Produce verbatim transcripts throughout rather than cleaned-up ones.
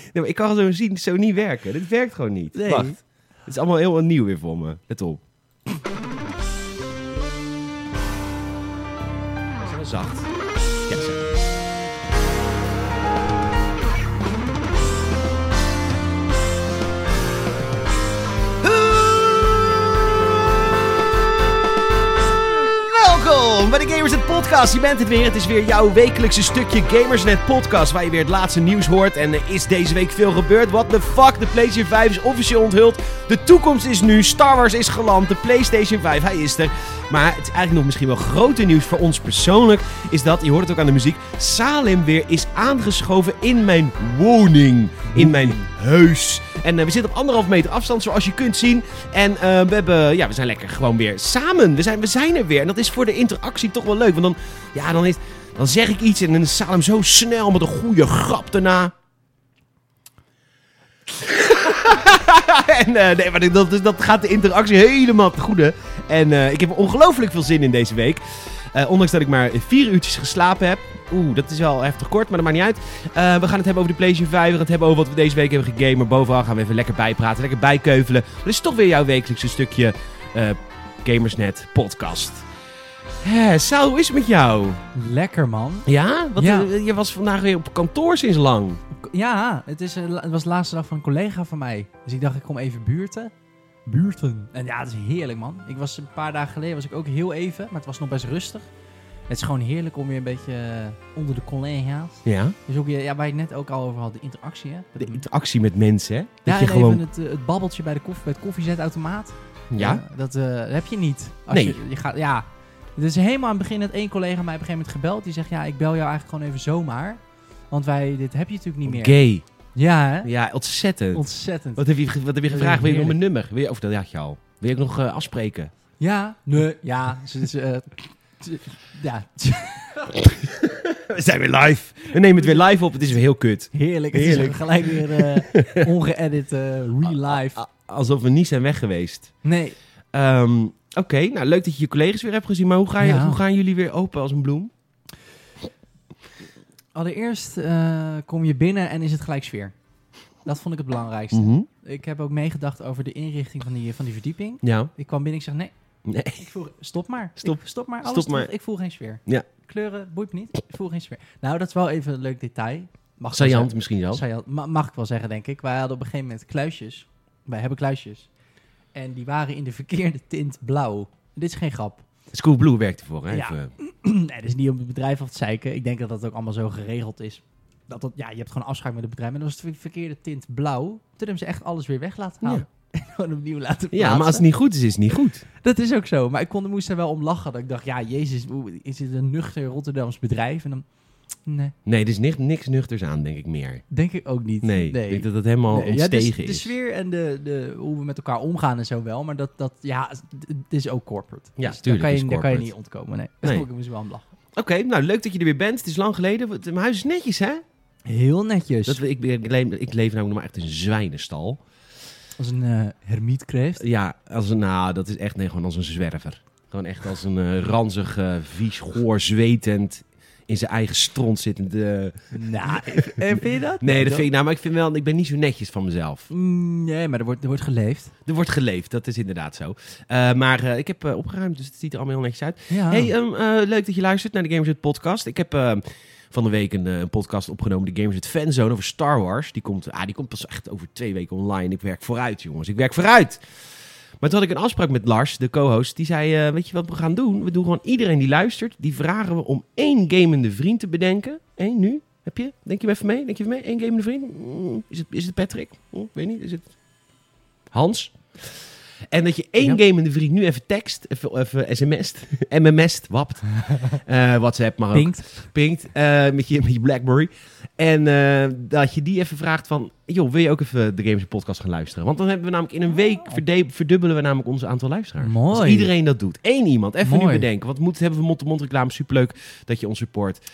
Nee, maar ik kan zo zien, zo niet werken. Dit werkt gewoon niet. Nee. Wacht. Het is allemaal heel nieuw weer voor me. Let op. Dat is wel zacht. Ja, zo. Welkom bij de Gamersnet Podcast. Je bent het weer. Het is weer jouw wekelijkse stukje Gamersnet Podcast, waar je weer het laatste nieuws hoort. En er is deze week veel gebeurd. What the fuck? De PlayStation vijf is officieel onthuld. De toekomst is nu. Star Wars is geland. De PlayStation vijf, hij is er. Maar het is eigenlijk nog misschien wel groter nieuws voor ons persoonlijk. Is dat, je hoort het ook aan de muziek, Salem weer is aangeschoven in mijn woning. In mijn huis. En uh, we zitten op anderhalf meter afstand, zoals je kunt zien. En uh, we, hebben, ja, we zijn lekker gewoon weer samen. We zijn, we zijn er weer. En dat is voor de interactie toch wel leuk. Want dan, ja, dan, is, dan zeg ik iets en dan is Salem zo snel met een goede grap daarna. en uh, nee, maar dat, dus dat gaat de interactie helemaal te goede. En uh, ik heb ongelooflijk veel zin in deze week. Uh, ondanks dat ik maar vier uurtjes geslapen heb. Oeh, dat is wel heftig kort, maar dat maakt niet uit. Uh, we gaan het hebben over de PlayStation vijf. We gaan het hebben over wat we deze week hebben gegamed. Maar bovenal gaan we even lekker bijpraten, lekker bijkeuvelen. Dat is toch weer jouw wekelijkse stukje uh, Gamersnet podcast. Hé, Sal, hoe is het met jou? Lekker, man. Ja? Wat, Ja. uh, je was vandaag weer op kantoor sinds lang. Ja, het, is, uh, la- het was de laatste dag van een collega van mij. Dus ik dacht, ik kom even buurten. Buurten. En ja, het is heerlijk, man. Ik was een paar dagen geleden, was ik ook heel even. Maar het was nog best rustig. Het is gewoon heerlijk om weer een beetje uh, onder de collega's. Ja? Dus ook, ja, waar je het net ook al over had, de interactie, hè? De interactie met mensen, hè? Dat ja, je en gewoon... even het, uh, het babbeltje bij, de koffie, bij het koffiezetautomaat. Ja? Uh, dat, uh, dat heb je niet. Als Nee. Je, je gaat, ja. Het is helemaal aan het begin dat één collega mij op een gegeven moment gebeld. Die zegt, ja, ik bel jou eigenlijk gewoon even zomaar. Want wij, dit heb je natuurlijk niet meer. Gay. Ja, hè? Ja, ontzettend. Ontzettend. Wat heb je, wat heb je gevraagd? Wil je nog mijn Heerlijk. nummer? Wil je, of dat had je al. Wil je ook nog uh, afspreken? Ja, nee, ja. Ze, ze, uh, t- ja, We zijn weer live. We nemen het weer live op. Het is weer heel kut. heerlijk. Het Heerlijk. is gelijk weer uh, ongeëdit, uh, real life. A- Alsof we niet zijn weg geweest. Nee. Um, Oké, okay, nou leuk dat je je collega's weer hebt gezien. Maar hoe, ga je, Ja. hoe gaan jullie weer open als een bloem? Allereerst uh, kom je binnen en is het gelijk sfeer. Dat vond ik het belangrijkste. Mm-hmm. Ik heb ook meegedacht over de inrichting van die, van die verdieping. Ja. Ik kwam binnen en ik zeg, nee, Nee. ik voel, stop maar. Stop. Ik, stop maar, alles Stop terug. maar. Ik voel geen sfeer. Ja. Kleuren, boeit me niet. Ik voel geen sfeer. Nou, dat is wel even een leuk detail. Mag ik wel Sajant zeggen. misschien wel. Sajant, ma- mag ik wel zeggen, denk ik. Wij hadden op een gegeven moment kluisjes. Wij hebben kluisjes. En die waren in de verkeerde tint blauw. Dit is geen grap. School Blue werkt ervoor. Hè? Ja. Even. nee, dat is niet om het bedrijf af te zeiken. Ik denk dat dat ook allemaal zo geregeld is. Dat dat, ja, je hebt gewoon afspraak met het bedrijf. Maar dat was de verkeerde tint blauw. Toen hebben ze echt alles weer weg laten halen. En gewoon opnieuw laten plaatsen. Ja, maar als het niet goed is, is het niet goed. Dat is ook zo. Maar ik kon, moest er wel om lachen. Dat ik dacht, ja, jezus, hoe- is dit een nuchter Rotterdams bedrijf? En dan, nee, Nee, er is niks, niks nuchters aan, denk ik meer. denk ik ook niet. Nee, ik denk dat dat helemaal Nee, ja, ontstegen dus de is. sfeer en de, de, hoe we met elkaar omgaan en zo wel. Maar dat, dat ja, het het is ook corporate. Ja, dus tuurlijk daar kan, is je, daar kan je corporate. niet ontkomen. Nee, Nee. daar moest ik wel aan lachen. Oké, nou leuk dat je er weer bent. Het is lang geleden. Wat- Mijn huis is netjes, hè? Heel netjes. Dat we, ik, ik, leef, ik leef namelijk nog maar echt in een zwijnenstal. Als een uh, hermietkreeft. Ja, als een, nou, dat is echt nee, gewoon als een zwerver. Gewoon echt als een uh, ranzig, uh, vies, goor, zwetend, in zijn eigen stront zittend. uh. Nou, eh, vind je dat? Nee, dat vind ik nou, maar ik vind wel, ik ben niet zo netjes van mezelf. Mm, nee, maar er wordt, er wordt geleefd. Er wordt geleefd, dat is inderdaad zo. Uh, maar uh, ik heb uh, opgeruimd, dus het ziet er allemaal heel netjes uit. Ja. Hey, um, uh, leuk dat je luistert naar de Gamersnet podcast. Ik heb uh, van de week een, uh, een podcast opgenomen, de Gamersnet Fanzone over Star Wars. Die komt, ah, die komt pas echt over twee weken online. Ik werk vooruit, jongens. Ik werk vooruit. Maar toen had ik een afspraak met Lars, de co-host. Die zei, uh, weet je wat we gaan doen? We doen gewoon iedereen die luistert, die vragen we om één gamende vriend te bedenken. Eén nu? Heb je? Denk je even mee? Denk je even mee? Eén gamende vriend? Mm, is, het, is het Patrick? Mm, weet niet. Is het Hans? En dat je één Ja. gamende vriend nu even tekst, even, even sms't, mms't, wapt. Uh, WhatsApp, maar ook Pinkt. pinkt uh, met, je, met je Blackberry. En uh, dat je die even vraagt van, joh, wil je ook even de Gamers Podcast gaan luisteren? Want dan hebben we namelijk in een week, verde- verdubbelen we namelijk onze aantal luisteraars. Mooi. Als iedereen dat doet. Eén iemand, even Mooi. nu bedenken. Wat moet, hebben we mond-to-mond reclame, superleuk dat je ons support.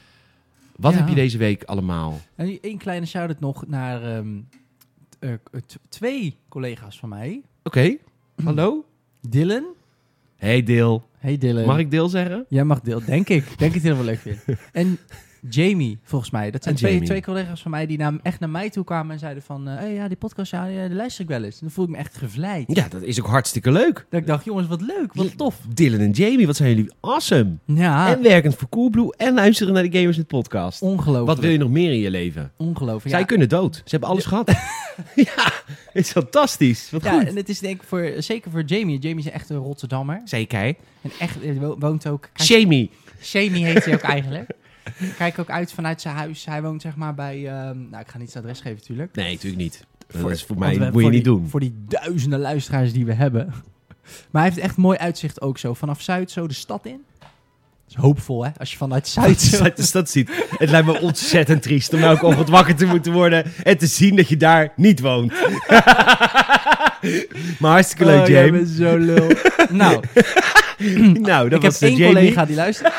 Wat Ja. heb je deze week allemaal? En één kleine shout-out nog naar ehm, t- eh, t- twee collega's van mij. Oké, okay. Hallo? Dylan. Hey Deel. Hey Dylan. Mag ik Deel zeggen? Jij mag Dylan, denk ik. Denk ik dat hij het wel leuk vindt. En Jamie, volgens mij. Dat zijn En twee, Jamie. twee collega's van mij die naar, echt naar mij toe kwamen en zeiden van... Hé, hey, ja, die podcast, ja, die luister ik wel eens. En dan voel ik me echt gevleid. Ja, dat is ook hartstikke leuk. Dat ik dacht, jongens, wat leuk, wat tof. Dylan en Jamie, wat zijn jullie awesome. Ja, En werkend voor Coolblue en luisteren naar de Gamersnet podcast. ongelooflijk. Wat wil je nog meer in je leven? Ongelooflijk. Zij ja. kunnen dood. Ze hebben alles gehad. Ja, het is fantastisch. Wat Ja, goed. en het is denk ik voor, zeker voor Jamie. Jamie is echt een Rotterdammer. Zeker. En echt, hij wo- woont ook... kijk, Jamie. Jamie heet hij ook eigenlijk. Kijk ook uit vanuit zijn huis. Hij woont zeg maar bij... ehm, nou, ik ga niet zijn adres geven natuurlijk. Nee, natuurlijk niet. Dat Voor- is voor Want mij, we- moet je voor niet die- doen. Voor die duizenden luisteraars die we hebben. Maar hij heeft echt mooi uitzicht ook zo. Vanaf Zuid zo de stad in. Dat is hoopvol hè, als je vanuit Zuid... zo- Uit de stad ziet. Het lijkt me ontzettend triest om elke ochtend wakker te moeten worden en te zien dat je daar niet woont. Maar hartstikke leuk, Oh, jij James. bent zo lul. Nou, Nou, dat ik heb was eh, één Jamie. collega die luistert.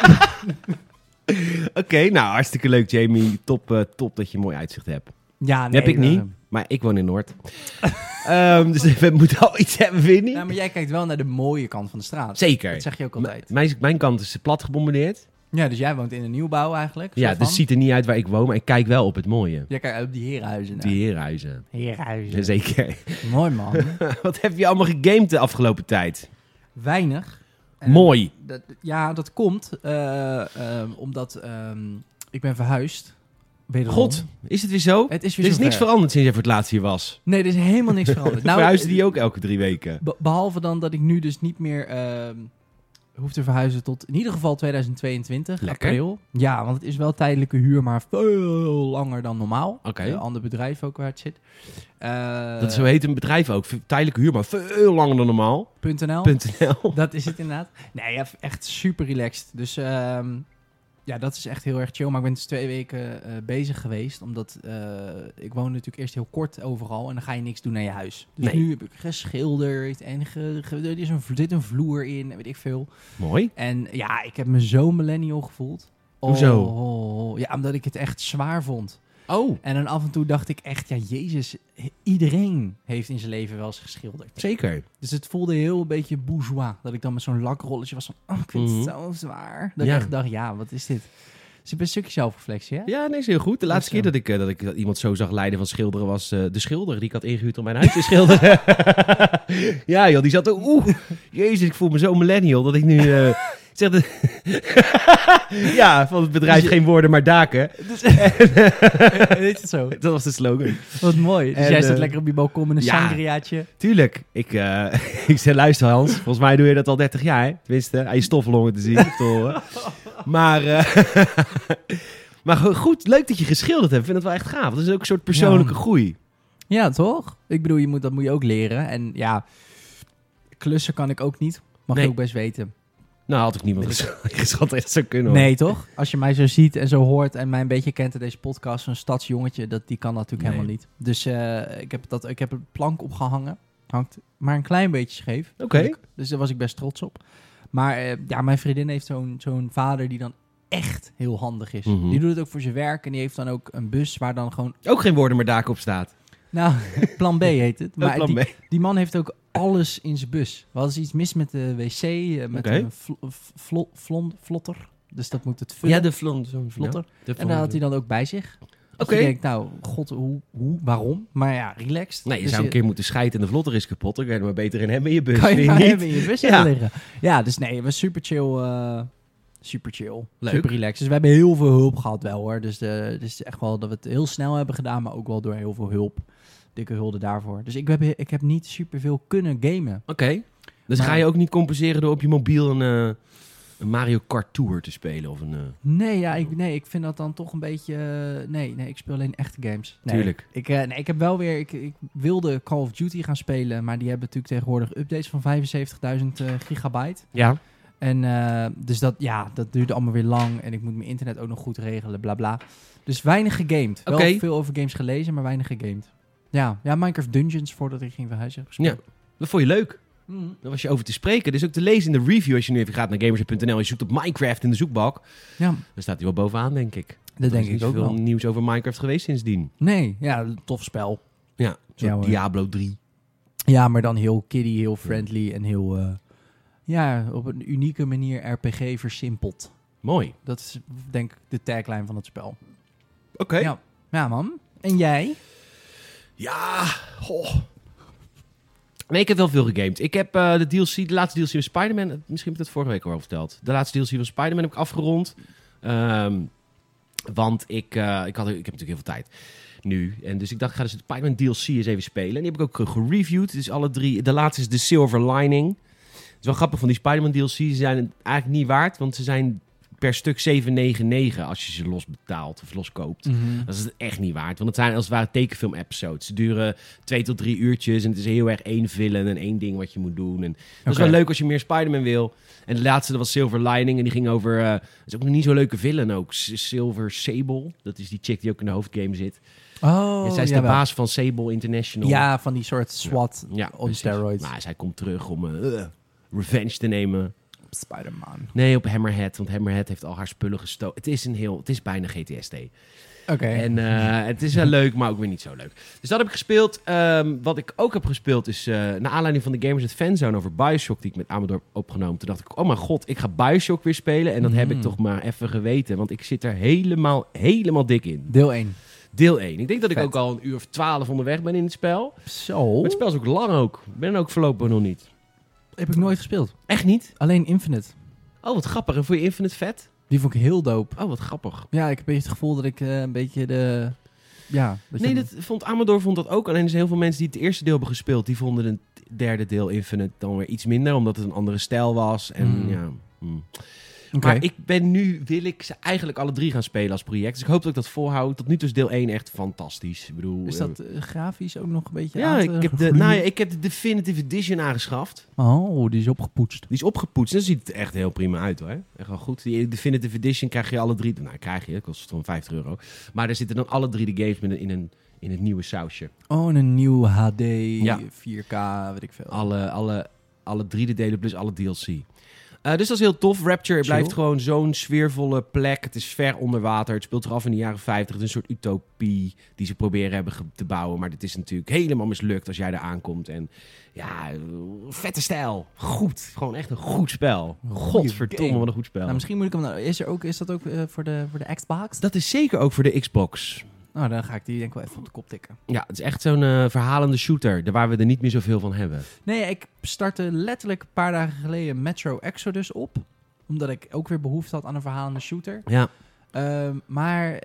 Oké, nou, hartstikke leuk, Jamie. Top, eh, top dat je mooi uitzicht hebt. Ja, nee, heb ik we- niet, maar ik woon in Noord. Ehm, dus we moeten al iets hebben, vind je niet? Ja, maar jij kijkt wel naar de mooie kant van de straat. Zeker. Dat zeg je ook M- altijd. Mijn, mijn kant is plat gebombardeerd. Ja, dus jij woont in een nieuwbouw eigenlijk. Ja, soort dus van. ziet er niet uit waar ik woon, maar ik kijk wel op het mooie. Jij kijkt op die herenhuizen. Die herenhuizen. Herenhuizen. Zeker. Mooi man. Wat heb je allemaal gegamed de afgelopen tijd? Weinig. En Mooi. Dat, ja, dat komt eh, ehm, omdat ehm, ik ben verhuisd. Wederom. God, is het weer zo? Het is Er weer is niks zover. veranderd sinds jij voor het laatst hier was. Nee, er is helemaal niks veranderd. Nou, verhuisde die ook elke drie weken? be- behalve dan dat ik nu dus niet meer ehm, hoef te verhuizen tot in ieder geval tweeduizend tweeëntwintig, Lekker. april. Ja, want het is wel tijdelijke huur, maar veel langer dan normaal. Oké. Een ander bedrijf ook waar het zit. Eh, Dat is zo heet een bedrijf ook. Tijdelijke huur, maar veel langer dan normaal. .nl. .nl. Dat is het inderdaad. Nee, ja, echt super relaxed. Dus ehm, ja, dat is echt heel erg chill. Maar ik ben dus twee weken eh, bezig geweest. Omdat eh, ik woonde natuurlijk eerst heel kort overal. En dan ga je niks doen aan je huis. Dus Nee. nu heb ik geschilderd. En ge, ge- er is een, zit een vloer in. En weet ik veel. Mooi. En ja, ik heb me zo millennial gevoeld. Oh, Hoezo? oh, oh. Ja, omdat ik het echt zwaar vond. Oh, En dan af en toe dacht ik echt, ja, Jezus, iedereen heeft in zijn leven wel eens geschilderd. zeker. Dus het voelde heel een beetje bourgeois. Dat ik dan met zo'n lakrolletje was van, oh, ik vind Mhm. het zo zwaar. Dat Ja. ik echt dacht, ja, wat is dit? Dus ik ben een stukje zelfreflectie, hè? Ja, nee, is heel goed. De laatste Dus, keer dat ik, eh, dat ik iemand zo zag leiden van schilderen was eh, de schilder die ik had ingehuurd om mijn huis te schilderen. Ja, joh, die zat er, oeh, jezus, ik voel me zo millennial dat ik nu... eh, ik zeg de- ja, van het bedrijf Dus je- geen woorden, maar daken. Dus, weet het zo? Dat was de slogan. Wat mooi. Dus En, jij staat eh, lekker op je balkon met een ja. sangriaatje. Tuurlijk. Ik, eh ik zei, luister Hans, volgens mij doe je dat al dertig jaar, hè? Tenminste, aan je stoflongen te zien of te horen. Maar, eh, maar go- goed, leuk dat je geschilderd hebt. Ik vind het wel echt gaaf. Dat is ook een soort persoonlijke Ja. groei. Ja, toch? Ik bedoel, je moet, dat moet je ook leren. En ja, klussen kan ik ook niet. Mag Nee. je ook best weten. Nou, had ik niemand ges- geschat dat het zou kunnen. Hoor. Nee, toch? Als je mij zo ziet en zo hoort en mij een beetje kent in deze podcast, zo'n stadsjongetje, dat, die kan natuurlijk Nee. helemaal niet. Dus eh, ik, heb dat, ik heb een plank opgehangen. Hangt maar een klein beetje scheef. Oké. Dus daar was ik best trots op. Maar eh, ja, mijn vriendin heeft zo'n zo'n vader die dan echt heel handig is. Mhm. Die doet het ook voor zijn werk en die heeft dan ook een bus waar dan gewoon... Ook geen woorden maar daken op staat. Nou, plan B heet het. Maar Maar plan die, B. die man heeft ook alles in zijn bus. Er was iets mis met de wc, eh, met Oké. een vlo- vlo- vlon- vlotter. Dus dat moet het vullen. Ja, de flon. Zo'n vlotter. De En dat had hij dan ook bij zich. Oké. Dus ik denk, nou, god, hoe, hoe, waarom? Maar ja, relaxed. Nee, je Dus zou een keer moeten scheiden en de vlotter is kapot. Dan kan je er maar beter in hebben in je bus. kan je vind maar niet? hebben in je bus Ja. hebben liggen. Ja, dus nee, het was super chill. eh, super chill. Leuk. Super relaxed. Dus we hebben heel veel hulp gehad wel hoor. Dus eh, het is echt wel dat we het heel snel hebben gedaan, maar ook wel door heel veel hulp. Dikke hulde daarvoor. Dus ik heb, ik heb niet super veel kunnen gamen. Oké. Dus Maar- ga je ook niet compenseren door op je mobiel een, eh, een Mario Kart Tour te spelen? Of een, eh, Nee, ja, ik, nee, ik vind dat dan toch een beetje... eh, nee, nee, ik speel alleen echte games. Nee, Tuurlijk. Ik, eh, nee, ik heb wel weer... Ik, ik wilde Call of Duty gaan spelen, maar die hebben natuurlijk tegenwoordig updates van vijfenzeventigduizend eh, gigabyte. Ja. En eh, dus dat, ja, dat duurde allemaal weer lang. En ik moet mijn internet ook nog goed regelen, bla bla. Dus weinig gegamed. Wel Oké. veel over games gelezen, maar weinig gegamed. Ja, ja, Minecraft Dungeons voordat ik ging verhuizen. heb Ja. gespeeld. Dat vond je leuk. Mm. Daar was je over te spreken. Dus ook te lezen in de review als je nu even gaat naar gamers punt n l. Je zoekt op Minecraft in de zoekbalk. Ja, Dan staat hij wel bovenaan, denk ik. dat Er denk is niet ik ook veel wel. nieuws over Minecraft geweest sindsdien. Nee, ja, tof spel. Ja, zo'n Ja, hoor. Diablo drie. Ja, maar dan heel kiddie, heel friendly en heel... eh, ja, op een unieke manier R P G versimpeld. Mooi. Dat is denk ik de tagline van het spel. Oké. Okay. Ja. ja, man. En jij? Ja, goh. Nee, ik heb wel veel gegamed. Ik heb uh, de D L C, de laatste D L C van Spider-Man... Misschien heb ik dat vorige week al verteld. De laatste D L C van Spider-Man heb ik afgerond. Um, want ik, uh, ik, had, ik heb natuurlijk heel veel tijd nu. En dus ik dacht, ik ga dus de Spider-Man D L C eens even spelen. En die heb ik ook gereviewd. Dus alle drie... De laatste is The Silver Lining. Het is wel grappig van die Spider-Man D L C. Ze zijn het eigenlijk niet waard, want ze zijn... per stuk zeven negenennegentig als je ze los betaalt of los koopt. Mm-hmm. Dat is het echt niet waard. Want het zijn als het ware tekenfilm-episodes. Ze duren twee tot drie uurtjes en het is heel erg één villain en één ding wat je moet doen. En dat okay. is wel leuk als je meer Spider-Man wil. En de laatste, dat was Silver Lining en die ging over... Uh, dat is ook nog niet zo'n leuke villain ook. Silver Sable, dat is die chick die ook in de hoofdgame zit. Oh, ja, zij is jawel. de baas van Sable International. Ja, van die soort SWAT ja, ja, on precies. steroids. Maar zij komt terug om uh, revenge te nemen. Spider-Man. Nee, op Hammerhead, want Hammerhead heeft al haar spullen gestolen. Het is een heel, het is bijna G T S T. Oké. Okay. En uh, het is wel leuk, maar ook weer niet zo leuk. Dus dat heb ik gespeeld. Um, wat ik ook heb gespeeld is, uh, naar aanleiding van de Gamers at Fanzone over Bioshock, die ik met Amador heb opgenomen. Toen dacht ik, oh mijn god, ik ga Bioshock weer spelen. En dat mm. heb ik toch maar even geweten, want ik zit er helemaal, helemaal dik in. Deel één. Deel één. Ik denk dat ik Vet. ook al een uur of twaalf onderweg ben in het spel. Zo. Maar het spel is ook lang ook. Ik ben ook voorlopig nog niet. Heb ik nooit gespeeld. Echt niet? Alleen Infinite. Oh, wat grappig. En vond je Infinite vet? Die vond ik heel dope. Oh, wat grappig. Ja, ik heb een beetje het gevoel dat ik uh, een beetje de... Ja. Dat nee, je... dat vond Amador vond dat ook. Alleen er zijn heel veel mensen die het eerste deel hebben gespeeld. Die vonden het derde deel Infinite dan weer iets minder. Omdat het een andere stijl was. En mm. ja... Mm. Okay. Maar ik ben nu, wil ik ze eigenlijk alle drie gaan spelen als project. Dus ik hoop dat ik dat volhoud. Tot nu toe is deel één echt fantastisch. Ik bedoel, is dat uh, grafisch ook nog een beetje ja, aan te ik heb de, nou ja, ik heb de Definitive Edition aangeschaft. Oh, die is opgepoetst. Die is opgepoetst. En dat ziet er echt heel prima uit hoor. Echt wel goed. Die Definitive Edition krijg je alle drie. Nou, krijg je. Dat kost gewoon vijftig euro. Maar er zitten dan alle drie de games met een, in, een, in het nieuwe sausje. Oh, een nieuw H D, ja. vier K, weet ik veel. Alle, alle, alle drie de delen plus alle D L C. Uh, dus dat is heel tof. Rapture Chill. blijft gewoon zo'n sfeervolle plek. Het is ver onder water. Het speelt zich af in de jaren vijftig. Het is een soort utopie die ze proberen hebben ge- te bouwen. Maar dit is natuurlijk helemaal mislukt als jij daar aankomt. En ja, vette stijl. Goed. Gewoon echt een goed spel. Godverdomme, wat een goed spel. Nou, misschien moet ik hem... Is, er ook, is dat ook uh, voor, de, voor de Xbox? Dat is zeker ook voor de Xbox. Nou, dan ga ik die denk ik wel even op de kop tikken. Ja, het is echt zo'n uh, verhalende shooter. Waar we er niet meer zoveel van hebben. Nee, ik startte letterlijk een paar dagen geleden Metro Exodus op. Omdat ik ook weer behoefte had aan een verhalende shooter. Ja. Uh, maar...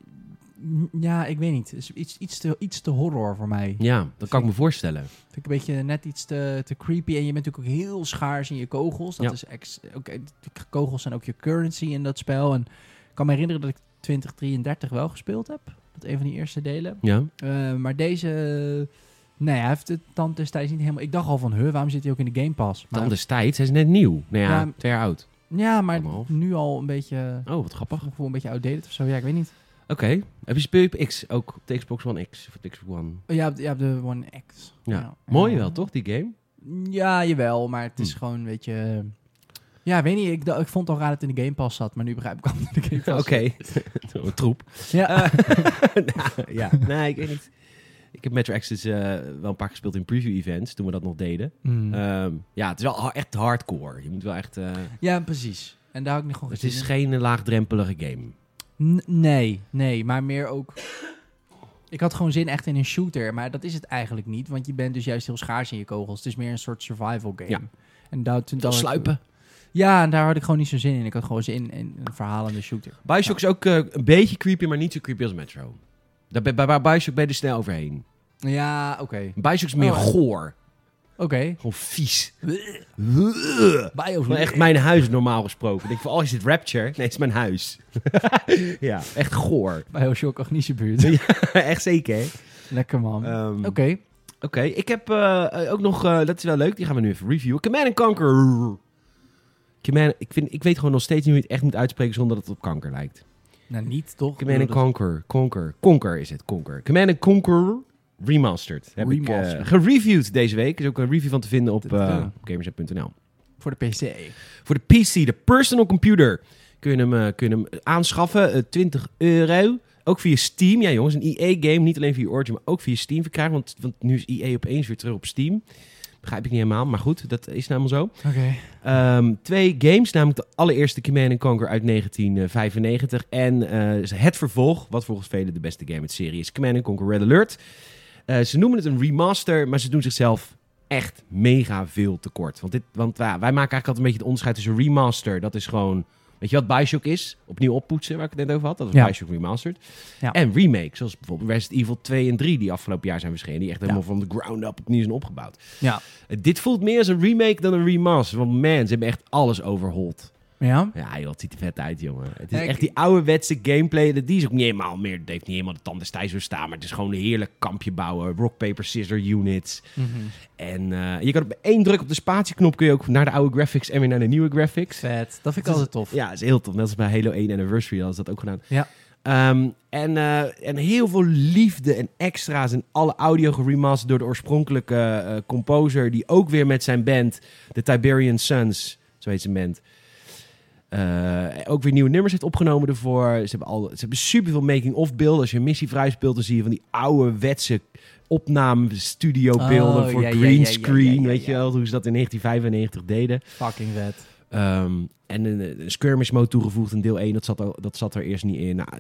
Ja, ik weet niet. Het is iets, iets, te, iets te horror voor mij. Ja, dat kan ik me voorstellen. Vind ik een beetje net iets te, te creepy. En je bent natuurlijk ook heel schaars in je kogels. Dat ja. is ex, ook, kogels zijn ook je currency in dat spel. En ik kan me herinneren dat ik twintig drieëndertig wel gespeeld heb. Dat een van die eerste delen. Ja. Uh, maar deze... Nee, hij heeft het tand destijds niet helemaal... Ik dacht al van, huh, waarom zit hij ook in de Game Pass? Maar tand destijds? Hij is net nieuw. Nou ja, ja twee jaar oud. Ja, maar nu al een beetje... Oh, wat grappig. Of een beetje outdated of zo. Ja, ik weet niet. Oké. Okay. Heb je speel op X ook? Op de Xbox One X? Of op de Xbox One? Ja, op de, ja, op de One X. Ja. ja. Mooi ja. wel, toch, die game? Ja, jawel. Maar het is hm. gewoon een beetje... Ja, weet niet. Ik, ik vond het al raar dat het in de Game Pass zat. Maar nu begrijp ik al dat de Game Pass Oké. Okay. Troep. Ja. Uh, nou, ja. Nee, ik weet niet. Ik heb Metro Exodus uh, wel een paar gespeeld in preview-events, toen we dat nog deden. Mm. Um, ja, het is wel echt hardcore. Je moet wel echt... Uh... Ja, precies. En daar heb ik nog gewoon Het is in. geen laagdrempelige game. N- nee, nee. Maar meer ook... Ik had gewoon zin echt in een shooter. Maar dat is het eigenlijk niet. Want je bent dus juist heel schaars in je kogels. Het is meer een soort survival game. Ja. En daar, toen, dan sluipen. Ik, ja, en daar had ik gewoon niet zo zin in. Ik had gewoon zin in, in een verhalende shooter. Bioshock ja. is ook uh, een beetje creepy, maar niet zo creepy als Metro. Daar bij, bij Bioshock ben je er snel overheen. Ja, oké. Okay. Bioshock is meer oh, goor. Oké. Okay. Gewoon vies. Bioshock. Echt mijn huis normaal gesproken. Ik denk van, oh, is dit Rapture? Nee, het is mijn huis. Ja, echt goor. Bioshock Agnische-buurt. Ja, echt zeker, hè? Lekker, man. Um, Oké. Okay. Oké, okay. Ik heb uh, ook nog, uh, dat is wel leuk, die gaan we nu even reviewen. Command and Conquer. Command, ik, vind, ik weet gewoon nog steeds niet hoe je het echt moet uitspreken zonder dat het op kanker lijkt. Nou, niet toch? Command and Conquer. Conquer. Conquer is het, Conquer. Command and Conquer Remastered. Heb Remastered. ik uh, gereviewd deze week. Er is ook een review van te vinden op uh, gamerset punt n l. Voor de P C. Voor de P C, de personal computer. Kun je hem, uh, kun je hem aanschaffen. Uh, twintig euro. Ook via Steam. Ja jongens, een E A-game. Niet alleen via Origin, maar ook via Steam verkrijgen. Want, want nu is E A opeens weer terug op Steam. Begrijp ik niet helemaal, maar goed, dat is nou zo. Oké. Okay. Um, twee games, namelijk de allereerste Command and Conquer uit negentien vijfennegentig. En uh, het vervolg, wat volgens velen de beste game uit de serie is, Command and Conquer Red Alert. Uh, ze noemen het een remaster, maar ze doen zichzelf echt mega veel tekort. Want, dit, want uh, wij maken eigenlijk altijd een beetje het onderscheid tussen remaster, dat is gewoon... Weet je wat Bioshock is? Opnieuw oppoetsen, waar ik het net over had. Dat was ja. Bioshock Remastered. Ja. En remake, zoals bijvoorbeeld Resident Evil twee en drie... die afgelopen jaar zijn verschenen. Die echt helemaal ja. van de ground up opnieuw zijn opgebouwd. Ja. Uh, dit voelt meer als een remake dan een remaster. Want man, ze hebben echt alles overhauled. Ja? Ja, joh, het ziet er vet uit, jongen. Het is ja, echt ik... die ouderwetse gameplay. Die is ook niet helemaal meer... Het heeft niet helemaal de tand des tijds doorstaan. Maar het is gewoon een heerlijk kampje bouwen. Rock, paper, scissors units. Mm-hmm. En uh, je kan op één druk op de spatieknop... kun je ook naar de oude graphics en weer naar de nieuwe graphics. Vet. Dat vind ik altijd tof. Ja, dat is heel tof. Net als bij Halo één Anniversary hadden ze dat ook gedaan. Ja. Um, en, uh, en heel veel liefde en extra's en alle audio geremasterd door de oorspronkelijke uh, composer... die ook weer met zijn band, de Tiberian Sons, zo heet zijn band... Uh, ook weer nieuwe nummers heeft opgenomen ervoor. Ze hebben, al, ze hebben superveel making-of beelden. Als je een missie vrij speelt, dan zie je van die ouderwetse opname studio beelden oh, voor ja, greenscreen. Ja, ja, ja, ja, weet ja, ja. je wel, hoe ze dat in negentien vijfennegentig deden. Fucking vet. Um, en een, een skirmish mode toegevoegd in deel één. Dat zat, er, dat zat er eerst niet in. Nou,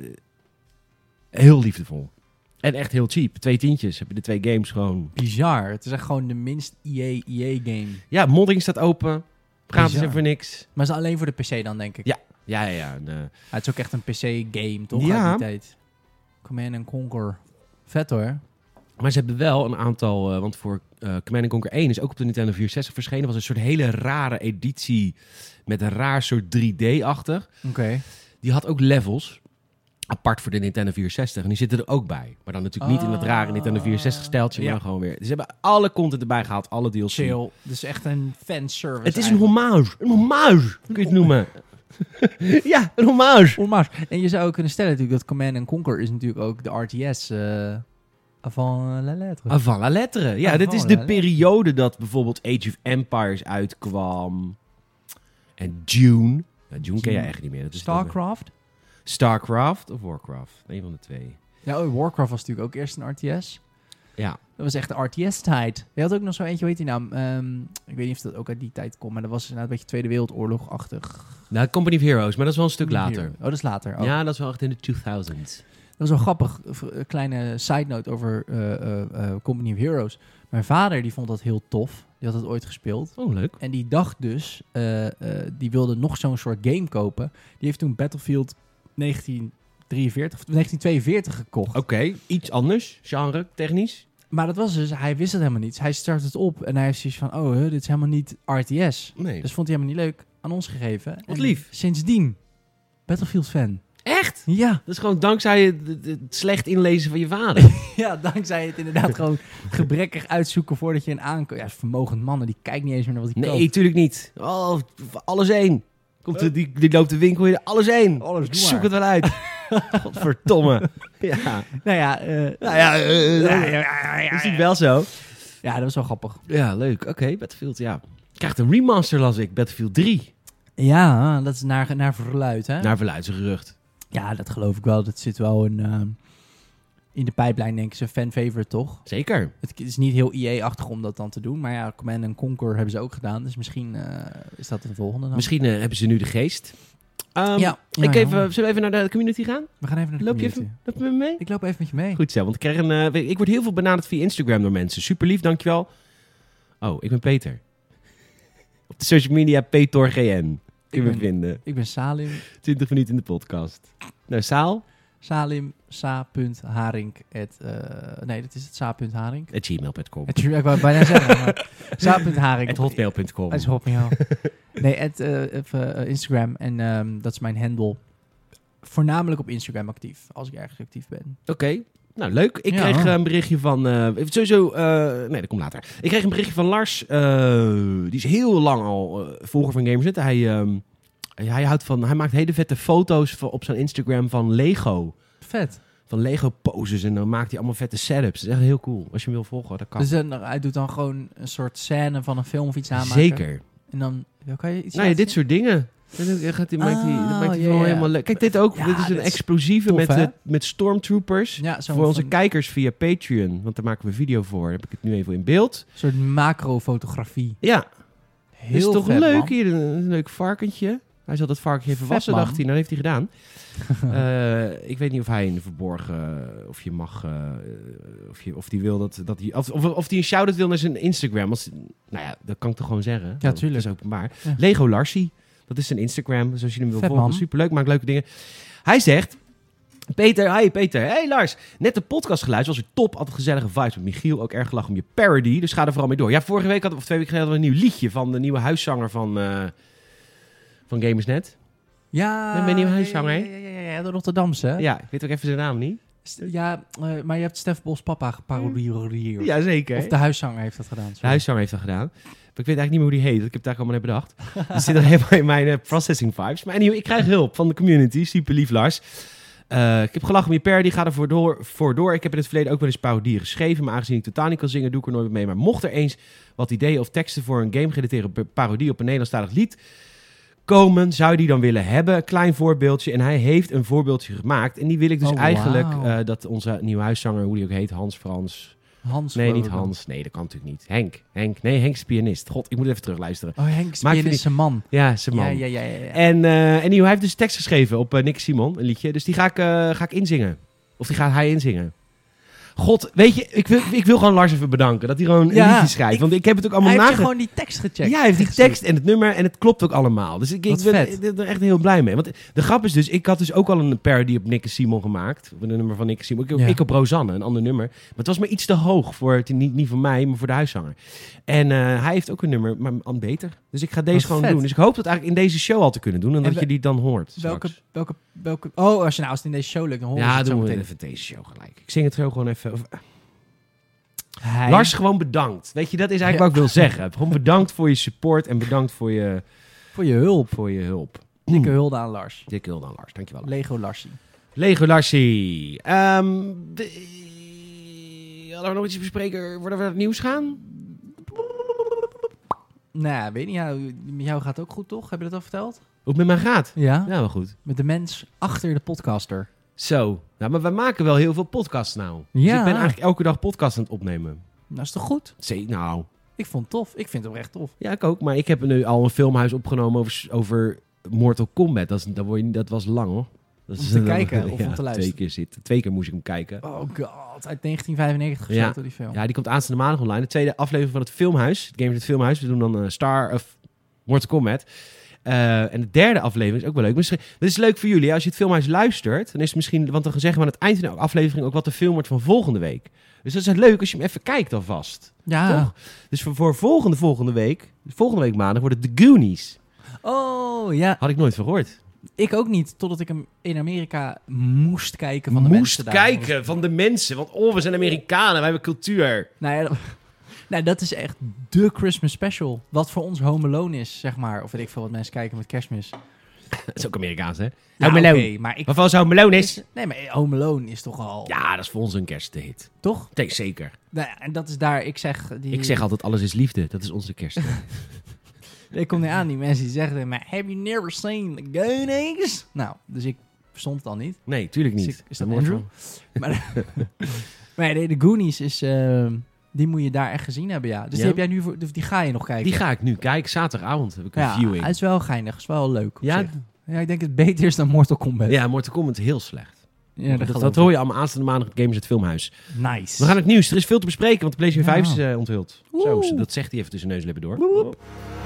heel liefdevol. En echt heel cheap. Twee tientjes heb je de twee games gewoon. Bizar. Het is echt gewoon de minst E A E A game. Ja, modding staat open. Gratis en voor niks. Maar is alleen voor de P C dan, denk ik? Ja, ja, ja. ja. De... Ah, het is ook echt een P C-game, toch? Ja. Uit die tijd. Command and Conquer. Vet hoor. Maar ze hebben wel een aantal... Uh, want voor uh, Command and Conquer één is ook op de Nintendo vierhonderdzestig verschenen. Was een soort hele rare editie met een raar soort drie D-achtig. Oké. Okay. Die had ook levels. Apart voor de Nintendo vierhonderdzestig. En die zitten er ook bij. Maar dan natuurlijk niet in dat rare Nintendo vierhonderdzestig-stijltje. Ja. Maar gewoon weer. Dus ze hebben alle content erbij gehaald. Alle D L C. Chill. Dus echt een fanservice. Het is eigenlijk. een hommage. Een hommage, kun je het noemen. Ja, een hommage. hommage. En je zou ook kunnen stellen natuurlijk dat Command and Conquer is natuurlijk ook de R T S... Uh, avant la lettre. Avant la lettre. Ja, avant dit is de periode dat bijvoorbeeld Age of Empires uitkwam. En Dune. Ja, Dune ken je eigenlijk niet meer. Dat is Starcraft? Dan, Starcraft of Warcraft? Een van de twee. Ja, oh, Warcraft was natuurlijk ook eerst een R T S. Ja. Dat was echt de R T S-tijd. Je had ook nog zo eentje, hoe heet die naam? Um, ik weet niet of dat ook uit die tijd komt, maar dat was inderdaad een beetje Tweede Wereldoorlog-achtig. Nou, Company of Heroes, maar dat is wel een stuk Company later. Oh, dat is later. Oh. Ja, dat is wel echt in de tweeduizend. Dat was wel grappig. Een kleine side note over uh, uh, uh, Company of Heroes. Mijn vader die vond dat heel tof. Die had het ooit gespeeld. Oh, leuk. En die dacht dus, uh, uh, die wilde nog zo'n soort game kopen. Die heeft toen Battlefield negentien drieënveertig of negentien tweeënveertig gekocht. Oké, okay, iets anders, genre, technisch. Maar dat was dus, hij wist het helemaal niet. Hij start het op en hij heeft zoiets van, oh, huh, dit is helemaal niet R T S. Nee. Dus vond hij helemaal niet leuk. Aan ons gegeven. Wat en lief. Sindsdien, Battlefield-fan. Echt? Ja. Dat is gewoon dankzij het, het, het slecht inlezen van je vader. Ja, dankzij het inderdaad gewoon gebrekkig uitzoeken voordat je een aankoopt. Ja, vermogend mannen, die kijkt niet eens meer naar wat hij nee, koopt. Nee, tuurlijk niet. Oh, alles één. Komt de, die, die loopt de winkel in, alles één. Alles, ik zoek het wel uit. Godverdomme. Ja. Nou ja, uh, nou ja, uh, ja, ja, ja, ja, is het wel zo? Ja, dat was wel grappig. Ja, leuk. Oké, okay, Battlefield, ja. Krijgt een remaster, las ik. Battlefield drie. Ja, dat is naar, naar verluid, hè? Naar verluid, zijn gerucht. Ja, dat geloof ik wel. Dat zit wel in, uh, in de pijplijn, denk ik. Is een fan-favorite, toch? Zeker. Het is niet heel E A-achtig om dat dan te doen. Maar ja, Command and Conquer hebben ze ook gedaan. Dus misschien uh, is dat de volgende dan. Misschien uh, hebben ze nu de geest. Um, ja. Ik ja, even, ja. Zullen we even naar de community gaan? We gaan even naar de loop community. Je even, loop je met me mee? Ik loop even met je mee. Goed zo, want ik, krijg een, uh, ik word heel veel benaderd via Instagram door mensen. Super lief, dankjewel. Oh, ik ben Peter. Op de social media PetorGN. Kun je me vinden. Ik ben Salim. twintig minuten in de podcast. Nou, Saal? Salim, sa.haring. At, uh, nee, dat is het sa.haring. At gmail punt com. Ik wou het bijna zeggen. sa.haring. At hotmail punt com. At hotmail. Nee, at uh, uh, Instagram. En um, dat is mijn handle. Voornamelijk op Instagram actief. Als ik ergens actief ben. Oké. Okay. Nou, leuk. Ik ja. kreeg een berichtje van... Uh, sowieso... Uh, nee, dat komt later. Ik kreeg een berichtje van Lars. Uh, die is heel lang al uh, volger van Gamersnet. Hij... Um, Hij, houdt van, hij maakt hele vette foto's van, op zijn Instagram van Lego. Vet. Van Lego poses en dan maakt hij allemaal vette setups. Dat is echt heel cool. Als je hem wil volgen, dat kan. Dus dan, hij doet dan gewoon een soort scène van een film of iets aanmaken? Zeker. En dan ja, kan je iets Nou ja, dit soort dingen. Dan gaat hij, maakt hij, Oh, dan maakt hij ja, gewoon ja. helemaal leuk. Kijk, dit ook. Ja, dit is een dit is explosieve tof, met, hè? uh, met Stormtroopers. Ja, zo'n voor onze van- kijkers via Patreon. Want daar maken we een video voor. Daar heb ik het nu even in beeld. Een soort macrofotografie. Ja, Heel is toch vet, leuk? man. Hier een, een leuk varkentje. Hij zal dat varkentje even Vet, wassen, man. dacht hij. Nou, heeft hij gedaan. uh, ik weet niet of hij in de verborgen... Of je mag... Uh, of, je, of die wil dat... dat hij, of, of, of die een shout-out wil naar zijn Instagram. Als, nou ja, dat kan ik toch gewoon zeggen? Ja, tuurlijk. Dat is openbaar. Ja. Lego Larsie. Dat is zijn Instagram. Dus als je hem wil Vet, volgen, man. superleuk. Maakt leuke dingen. Hij zegt... Peter, hi Peter. Hey Lars. Net de podcast geluisterd. Was er top. Altijd gezellige vibes met Michiel. Ook erg gelachen om je parody. Dus ga er vooral mee door. Ja, vorige week hadden we, of twee weken geleden hadden we een nieuw liedje van de nieuwe huiszanger van, uh, van Gamersnet. Ja, Ben je een nieuwe huiszanger, hè? ja, ja, ja, ja, de Rotterdamse. Ja, Ja, ik weet ook even zijn naam niet. ja uh, maar je hebt Stef Bos papa geparodieerd. Ja, zeker. Of de huiszanger heeft dat gedaan. De sorry. huiszanger heeft dat gedaan. Maar ik weet eigenlijk niet meer hoe die heet. Ik heb het eigenlijk allemaal net bedacht. Dat zit er helemaal in mijn uh, processing vibes. Maar anyway, ik krijg hulp van de community. Super lief, Lars. Uh, ik heb gelachen om je parody, ga er voor door, voor door. Ik heb in het verleden ook wel eens parodieën geschreven, maar aangezien ik totaal niet kan zingen, doe ik er nooit mee. Maar mocht er eens wat ideeën of teksten voor een game-gerelateerde parodie op een Nederlandstalig lied komen, zou je die dan willen hebben? Een klein voorbeeldje. En hij heeft een voorbeeldje gemaakt. En die wil ik dus Oh, eigenlijk, wow. uh, dat onze nieuwe huiszanger, hoe die ook heet, Hans Frans... Hans. Nee, niet Vroger. Hans. Nee, dat kan natuurlijk niet. Henk. Henk. Nee, Henk is pianist. God, ik moet even terugluisteren. Oh, Henk is Maak je pianist, zijn man. Ja, zijn man. Ja, ja, ja, ja, ja. En, uh, en die, hij heeft dus tekst geschreven op uh, Nick Simon, een liedje. Dus die ga ik, uh, ga ik inzingen. Of die gaat hij inzingen. God, weet je, ik wil, ik wil gewoon Lars even bedanken dat hij gewoon Ja, een liedje schrijft. ik- want ik heb het ook allemaal Hij heeft nage... gewoon die tekst gecheckt. Ja, hij heeft die tekst en het nummer en het klopt ook allemaal. Dus ik, ik Wat ben vet. er echt heel blij mee. Want de grap is dus, ik had dus ook al een parody op Nick Simon gemaakt. Op een nummer van Nick Simon. Ik, Ja. ik op Rosanne, een ander nummer. Maar het was maar iets te hoog voor het, niet, niet voor mij, maar voor de huiszanger. En uh, hij heeft ook een nummer, maar aan beter. Dus ik ga deze Wat gewoon vet. doen. Dus ik hoop dat eigenlijk in deze show al te kunnen doen. En, En dat we- je die dan hoort. Welke, straks. welke, welke... Oh, als, je nou, als het in deze show lukt, dan hoor je Ja, het zo doen we meteen. even deze show gelijk. Ik zing het zo gewoon even. Of- Hij- Lars, gewoon bedankt. Weet je, dat is eigenlijk Ja. wat ik wil zeggen. Gewoon bedankt voor je support en bedankt voor je, Voor je hulp. voor je hulp. Dikke hulde aan Lars. Dikke hulde aan Lars. Dankjewel. Lars. Lego Larsie. Lego Larsie. Um, de... Hadden we nog iets te bespreken voordat we naar het nieuws gaan? Nou, ja, weet niet. Ja, met jou gaat het ook goed, toch? Heb je dat al verteld? Hoe het met mij gaat? Ja. Ja, wel goed. Met de mens achter de podcaster. Zo. Nou, maar wij maken wel heel veel podcasts nou. Dus Ja. ik ben eigenlijk elke dag podcast aan het opnemen. Nou, is toch goed? Zee, nou... Ik vond het tof. Ik vind het oprecht tof. Ja, ik ook. Maar ik heb nu al een filmhuis opgenomen over, over Mortal Kombat. Dat, is, dat, word je, dat was lang, hoor. Dat Om is, te dat- kijken of ja, om te luisteren? Twee keer, zitten. twee keer moest ik hem kijken. Oh god, uit negentien vijfennegentig Ja. gesloten die film. Ja, die komt aanstaande maandag online. De tweede aflevering van het filmhuis. Het game is het filmhuis. We doen dan uh, Star of Mortal Kombat. Uh, en de derde aflevering is ook wel leuk. Misschien, dat is leuk voor jullie. Als je het filmhuis luistert, dan is het misschien... Want dan zeggen we aan het eind van de aflevering ook wat de film wordt van volgende week. Dus dat is leuk als je hem even kijkt alvast. Ja. Toch? Dus voor, voor volgende volgende week, volgende week maandag, wordt het The Goonies. Oh, ja. Had ik nooit van gehoord. Ik ook niet, totdat ik hem in Amerika moest kijken van de Moest mensen daar. kijken van de mensen. Want oh, we zijn Amerikanen, wij hebben cultuur. Nou ja, dat, nou, dat is echt de Christmas special. Wat voor ons Home Alone is, zeg maar. Of weet ik veel wat mensen kijken met Kerstmis. Dat is ook Amerikaans, hè? Nou, Home Alone. oké, maar ik... Wat voor Home Alone is? is- Nee, maar Home Alone is toch al... Ja, dat is voor ons een kersthit. Toch? Nee, zeker. Nou ja, en dat is daar, ik zeg... Die, Ik zeg altijd, alles is liefde. Dat is onze kerst. Ik kom niet aan, die mensen die zeggen... Maar, have you never seen the Goonies? Nou, dus ik verstond het al niet. Nee, tuurlijk Is niet. ik- is dat wordt Andrew? Maar, maar nee, de Goonies is... eh, die moet je daar echt gezien hebben, ja. Dus Ja? die heb jij nu voor... dus Die ga je nog kijken. Die ga ik nu kijken. Zaterdagavond heb ik een ja, viewing. het is wel geinig. Het is wel leuk. op Ja? zich. Ja, ik denk dat het beter is dan Mortal Kombat. Ja, Mortal Kombat is heel slecht. Ja, dat, geloof dat ik. hoor je allemaal aanstaande maandag op Gamers het Filmhuis. Nice. We gaan het nieuws. Er is veel te bespreken, want de PlayStation Ja. vijf is uh, onthuld. Zo, Woe. zo, dat zegt hij even tussen neuslippen door. Woep, woep.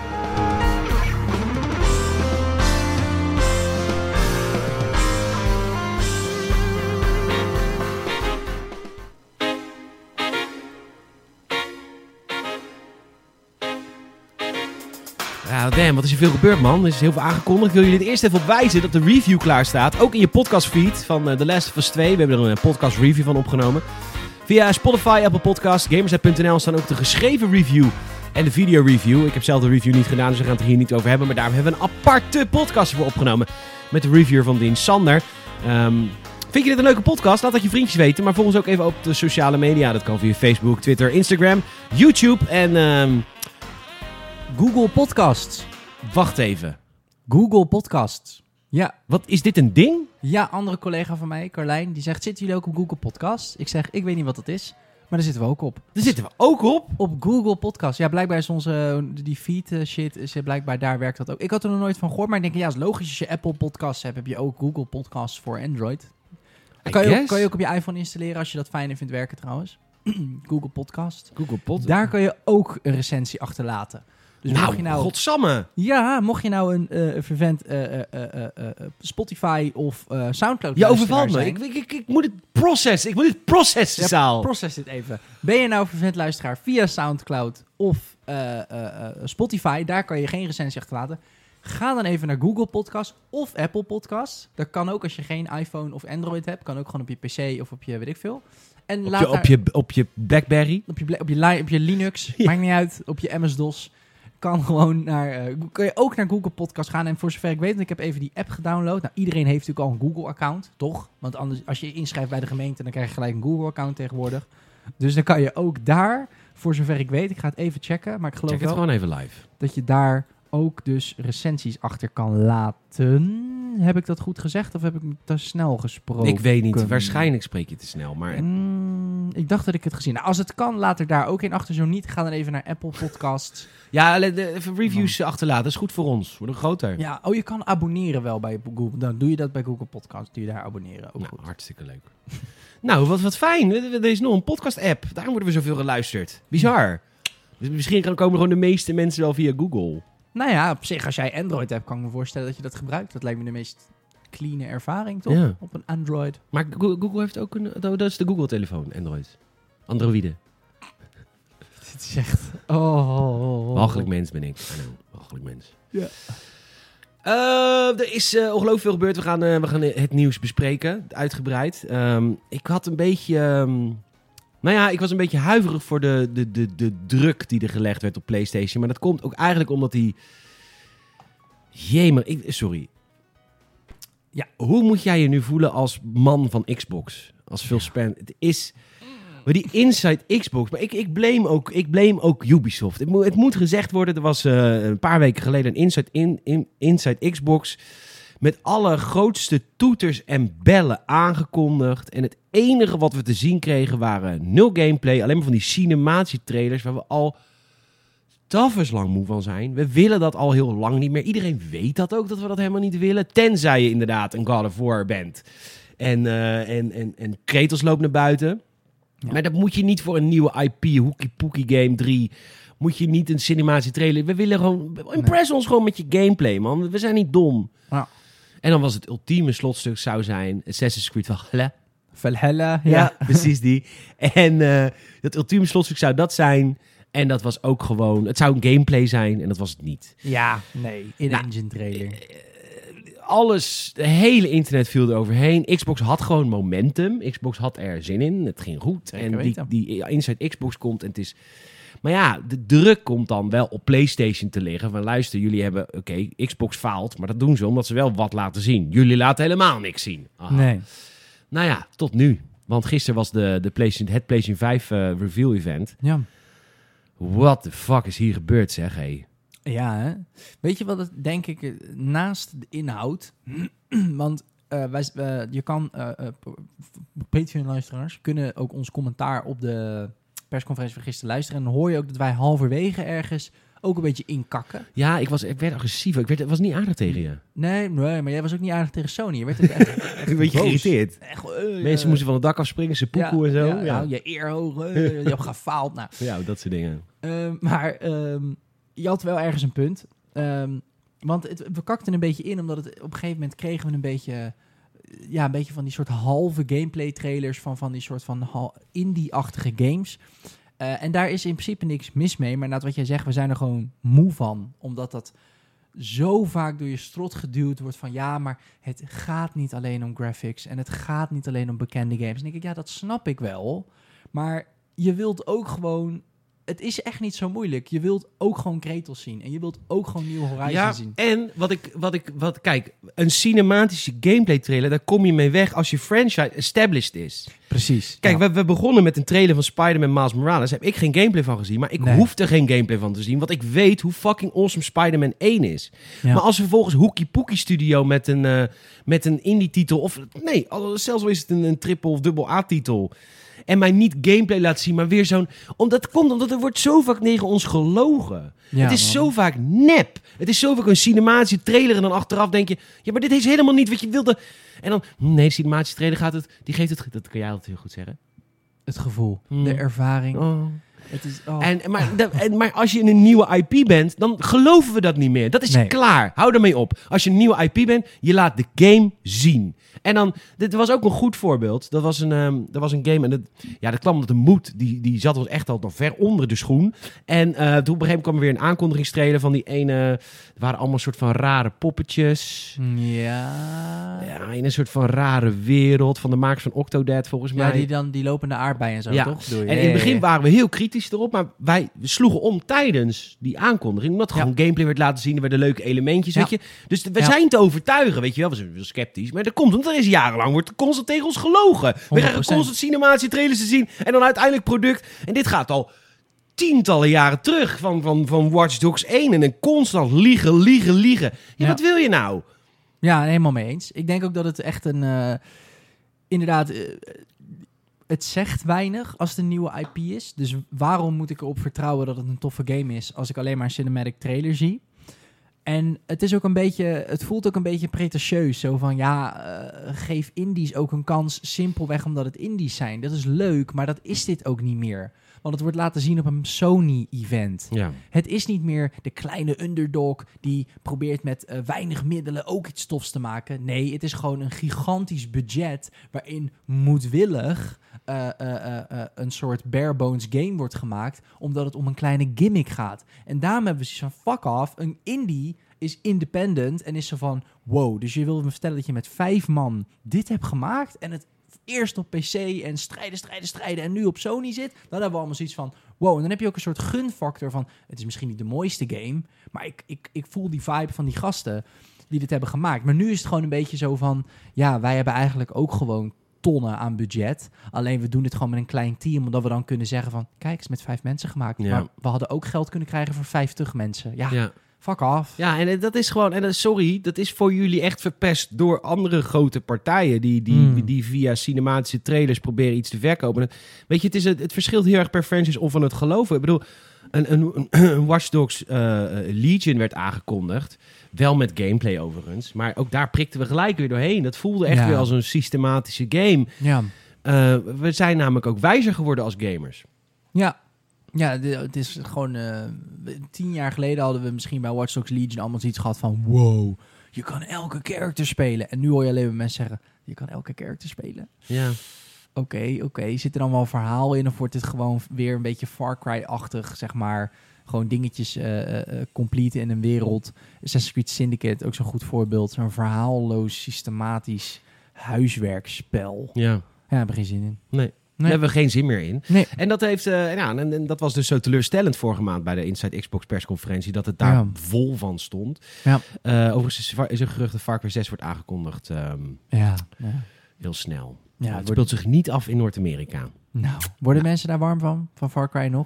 Ja, damn, wat is er veel gebeurd, man. Er is heel veel aangekondigd. Ik wil jullie er eerst even op wijzen dat de review klaar staat. Ook in je podcastfeed van uh, The Last of Us twee. We hebben er een podcast review van opgenomen. Via Spotify, Apple Podcasts, gamersnet punt n l staan ook de geschreven review en de video review. Ik heb zelf de review niet gedaan, dus we gaan het er hier niet over hebben. Maar daarom hebben we een aparte podcast voor opgenomen. Met de reviewer van dienst, Sander. Um, vind je dit een leuke podcast? Laat dat je vriendjes weten. Maar volg ons ook even op de sociale media. Dat kan via Facebook, Twitter, Instagram, YouTube en... Um, Google Podcasts. wacht even. Google Podcasts. Ja. Wat, is dit een ding? Ja, andere collega van mij, Carlijn, die zegt, zitten jullie ook op Google Podcasts? Ik zeg, ik weet niet wat dat is, maar daar zitten we ook op. Daar zitten we ook op? Op Google Podcasts. Ja, blijkbaar is onze, die feed uh, shit, is uh, blijkbaar daar werkt dat ook. Ik had er nog nooit van gehoord, maar ik denk, ja, is logisch. Als je Apple Podcasts hebt, heb je ook Google Podcasts voor Android. Kan je, ook, kan je ook op je iPhone installeren als je dat fijner vindt werken trouwens. Google Podcast. Google Podcast. Daar kan je ook een recensie achterlaten. Dus nou, mocht je nou, godsamme. Ja, mocht je nou een uh, vervent uh, uh, uh, uh, uh, Spotify of uh, Soundcloud Je overvalt me. zijn. Ik, ik, ik, ik moet het processen. Ik moet het processen, Ja, Saal. Process dit even. Ben je nou vervent luisteraar via Soundcloud of uh, uh, uh, Spotify? Daar kan je geen recensie achterlaten. Ga dan even naar Google Podcasts of Apple Podcasts. Dat kan ook als je geen iPhone of Android hebt. Kan ook gewoon op je P C of op je weet ik veel. En op, laat je, daar, op, je, op je Blackberry. op, je, op, je, li- op je Linux, Ja. maakt niet uit. Op je M S-DOS. Kan gewoon naar, uh, kun je ook naar Google Podcasts gaan. En voor zover ik weet, want ik heb even die app gedownload. Nou, iedereen heeft natuurlijk al een Google-account, toch? Want anders, als je je inschrijft bij de gemeente, dan krijg je gelijk een Google-account tegenwoordig. Dus dan kan je ook daar, voor zover ik weet, ik ga het even checken, maar ik geloof Check het wel gewoon even live. dat je daar ook dus recensies achter kan laten. Heb ik dat goed gezegd of heb ik te snel gesproken? Ik weet niet. Waarschijnlijk spreek je te snel. Maar Mm, ik dacht dat ik het gezien. Nou, als het kan, laat er daar ook in achter. Zo niet, ga dan even naar Apple Podcasts. ja, de, de, even reviews achterlaten. Dat is goed voor ons. Worden groter. Ja, oh, je kan abonneren wel bij Google. Dan doe je dat bij Google Podcasts. Doe je daar abonneren. Ook Nou, goed. hartstikke leuk. nou, wat, wat fijn. Er er is nog een podcast-app. Daarom worden we zoveel geluisterd. Bizar. Dus misschien komen gewoon de meeste mensen wel via Google. Nou ja, op zich, als jij Android hebt, kan ik me voorstellen dat je dat gebruikt. Dat lijkt me de meest clean ervaring, toch? Ja. Op een Android. Maar Go- Google heeft ook een... Dat is de Google-telefoon, Android. Androïde. Dit is echt... Oh, oh, oh. Walgelijk mens ben ik. I know, walgelijk mens. Ja. Uh, er is uh, ongelooflijk veel gebeurd. We gaan, uh, we gaan het nieuws bespreken, uitgebreid. Um, ik had een beetje... Um, nou ja, ik was een beetje huiverig voor de, de, de, de druk die er gelegd werd op PlayStation. Maar dat komt ook eigenlijk omdat die... Jee, maar ik, sorry. Ja, hoe moet jij je nu voelen als man van Xbox? Als Phil Spencer. Het is... Maar die Inside Xbox... Maar ik, ik, blame ook, ik blame ook Ubisoft. Het moet, het moet gezegd worden... Er was uh, een paar weken geleden een Inside, in, in, Inside Xbox... met alle grootste toeters en bellen aangekondigd. En het enige wat we te zien kregen waren nul gameplay. Alleen maar van die cinematietrailers... waar we al tafels lang moe van zijn. We willen dat al heel lang niet meer. Iedereen weet dat ook, dat we dat helemaal niet willen. Tenzij je inderdaad een God of War bent. En, uh, en, en, en Kratos loopt naar buiten... Ja. Maar dat moet je niet voor een nieuwe I P, Hoekie Poekie Game drie. Moet je niet een cinematische trailer. We willen gewoon... Impress nee. ons gewoon met je gameplay, man. We zijn niet dom. Ja. En dan was het ultieme slotstuk zou zijn... Assassin's Creed Valhalla. Valhalla, ja. Ja, precies die. En uh, het ultieme slotstuk zou dat zijn... En dat was ook gewoon... Het zou een gameplay zijn en dat was het niet. Ja, nee. In-engine nou, trailer. Uh, alles, de hele internet viel er overheen. Xbox had gewoon momentum. Xbox had er zin in. Het ging goed. Zeker en die, weten. die Inside Xbox komt en het is... Maar ja, de druk komt dan wel op PlayStation te liggen. Van luister, jullie hebben... Oké, okay, Xbox faalt, maar dat doen ze omdat ze wel wat laten zien. Jullie laten helemaal niks zien. Aha. Nee. Nou ja, tot nu. Want gisteren was de, de PlayStation, het PlayStation vijf uh, reveal event. Ja. What the fuck is hier gebeurd, zeg, hé? Ja, hè? Weet je wat het, denk ik, naast de inhoud... want uh, wij, uh, je kan... Uh, uh, Patreon-luisteraars kunnen ook ons commentaar op de persconferentie van gisteren luisteren. En dan hoor je ook dat wij halverwege ergens ook een beetje inkakken. Ja, ik, was, ik werd agressief. Ik, werd, ik was niet aardig tegen je. Nee, nee, maar jij was ook niet aardig tegen Sony. Je werd ook echt, echt een beetje boos. geïrriteerd. Echt, uh, Mensen moesten van het dak afspringen, ze poekoe ja, en zo. Ja, Ja, nou, je eerhoog, uh, je hebt gefaald. Nou. Ja, dat soort dingen. Uh, maar um, je had wel ergens een punt. Um, want het, we kakten een beetje in, omdat het op een gegeven moment kregen we een beetje... Ja, een beetje van die soort halve gameplay trailers van, van die soort van hal- indie-achtige games. Uh, en daar is in principe niks mis mee. Maar net wat jij zegt, we zijn er gewoon moe van. Omdat dat zo vaak door je strot geduwd wordt van... ja, maar het gaat niet alleen om graphics. En het gaat niet alleen om bekende games. En dan denk ik, ja, dat snap ik wel. Maar je wilt ook gewoon... Het is echt niet zo moeilijk. Je wilt ook gewoon Kratos zien. En je wilt ook gewoon New Horizon ja, zien. En wat ik, wat ik, wat, kijk, een cinematische gameplay trailer, daar kom je mee weg als je franchise established is. Precies. Kijk, ja. we, we begonnen met een trailer van Spider-Man Miles Morales. Daar heb ik geen gameplay van gezien, maar ik Nee. hoef er geen gameplay van te zien, want ik weet hoe fucking awesome Spider-Man één is. Ja. Maar als we vervolgens Hoekie Poekie Studio met een, uh, met een indie-titel, of nee, zelfs al is het een, een triple of dubbel A-titel, en mij niet gameplay laat zien, maar weer zo'n... Omdat het komt, omdat er wordt zo vaak tegen ons gelogen. Ja, het is man. zo vaak nep. Het is zo vaak een cinematische trailer en dan achteraf denk je... Ja, maar dit is helemaal niet wat je wilde. En dan... Nee, de cinematische trailer gaat het... Die geeft het... Dat kan jij altijd heel goed zeggen. Het gevoel, Hmm. de ervaring. Oh. Het is, oh. En, maar, de, en, maar als je een nieuwe I P bent, dan geloven we dat niet meer. Dat is Nee. klaar. Hou ermee op. Als je een nieuwe I P bent, je laat de game zien. En dan, dit was ook een goed voorbeeld. Dat was een, um, dat was een game en dat, ja, dat kwam omdat de moed, die, die zat ons echt al nog ver onder de schoen. En uh, toen op een gegeven moment kwam er weer een aankondigingstrailer van die ene, het waren allemaal soort van rare poppetjes. Ja. Ja, in een soort van rare wereld van de makers van Octodad volgens mij. Ja, die, dan, die lopende aardbeien en zo, Ja. toch? Bedoel je? En Ja, in het ja, begin ja. waren we heel kritisch erop, maar wij sloegen om tijdens die aankondiging. Omdat er Ja. gewoon gameplay werd laten zien, er werden leuke elementjes, Ja. weet je. Dus we Ja. zijn te overtuigen, weet je wel. We zijn wel sceptisch, maar dat komt omdat er is jarenlang wordt constant tegen ons gelogen. We krijgen honderd procent. constant cinematische trailers te zien en dan uiteindelijk product. En dit gaat al tientallen jaren terug van, van, van Watch Dogs één en een constant liegen, liegen, liegen. Ja, Ja. wat wil je nou? Ja, helemaal mee eens. Ik denk ook dat het echt een... Uh, inderdaad, uh, het zegt weinig als het een nieuwe I P is. Dus waarom moet ik erop vertrouwen dat het een toffe game is als ik alleen maar een cinematic trailer zie? En het is ook een beetje, het voelt ook een beetje pretentieus. Zo van, ja, uh, geef indies ook een kans simpelweg omdat het indies zijn. Dat is leuk, maar dat is dit ook niet meer. Want het wordt laten zien op een Sony-event. Ja. Het is niet meer de kleine underdog die probeert met uh, weinig middelen ook iets tofs te maken. Nee, het is gewoon een gigantisch budget waarin moedwillig uh, uh, uh, uh, een soort bare bones game wordt gemaakt, omdat het om een kleine gimmick gaat. En daarom hebben we zoiets van, fuck off, een indie is independent en is zo van, wow, dus je wil me vertellen dat je met vijf man dit hebt gemaakt en het eerst op P C en strijden, strijden, strijden en nu op Sony zit, dan hebben we allemaal zoiets van, wow. En dan heb je ook een soort gunfactor van, het is misschien niet de mooiste game, maar ik, ik, ik voel die vibe van die gasten die dit hebben gemaakt. Maar nu is het gewoon een beetje zo van, ja, wij hebben eigenlijk ook gewoon tonnen aan budget. Alleen we doen dit gewoon met een klein team, omdat we dan kunnen zeggen van, kijk, het is met vijf mensen gemaakt. Ja. Maar we hadden ook geld kunnen krijgen voor vijftig mensen. Ja, Ja. fuck off. Ja, en dat is gewoon, en dat, sorry, dat is voor jullie echt verpest door andere grote partijen die, die, Mm. die via cinematische trailers proberen iets te verkopen. Weet je, het, is, het, het verschilt heel erg per franchise of we het geloven. Ik bedoel, een, een, een, een Watch Dogs uh, Legion werd aangekondigd. Wel met gameplay overigens. Maar ook daar prikten we gelijk weer doorheen. Dat voelde echt Ja. weer als een systematische game. Ja, Uh, we zijn namelijk ook wijzer geworden als gamers. ja. Ja, de- het is gewoon... Uh, tien jaar geleden hadden we misschien bij Watch Dogs Legion allemaal zoiets gehad van, wow, je kan elke character spelen. En nu hoor je alleen maar mensen zeggen, je kan elke character spelen. Ja. Oké, okay, oké. Okay. Zit er dan wel een verhaal in of wordt dit gewoon weer een beetje Far Cry-achtig, zeg maar, gewoon dingetjes uh, uh, complete in een wereld. Assassin's Creed Syndicate, ook zo'n goed voorbeeld. Zo'n verhaalloos, systematisch huiswerkspel. Ja. Ja, daar hebben we geen zin in. Nee. Daar hebben we geen zin meer in. Nee. En dat heeft, uh, ja, en, en dat was dus zo teleurstellend vorige maand bij de Inside Xbox persconferentie, dat het daar Ja. vol van stond. Ja. Uh, overigens is, is er gerucht dat Far Cry zes wordt aangekondigd um, Ja. ja. heel snel. Ja, het het speelt zich niet af in Noord-Amerika. Nou, worden Ja. mensen daar warm van? Van Far Cry nog?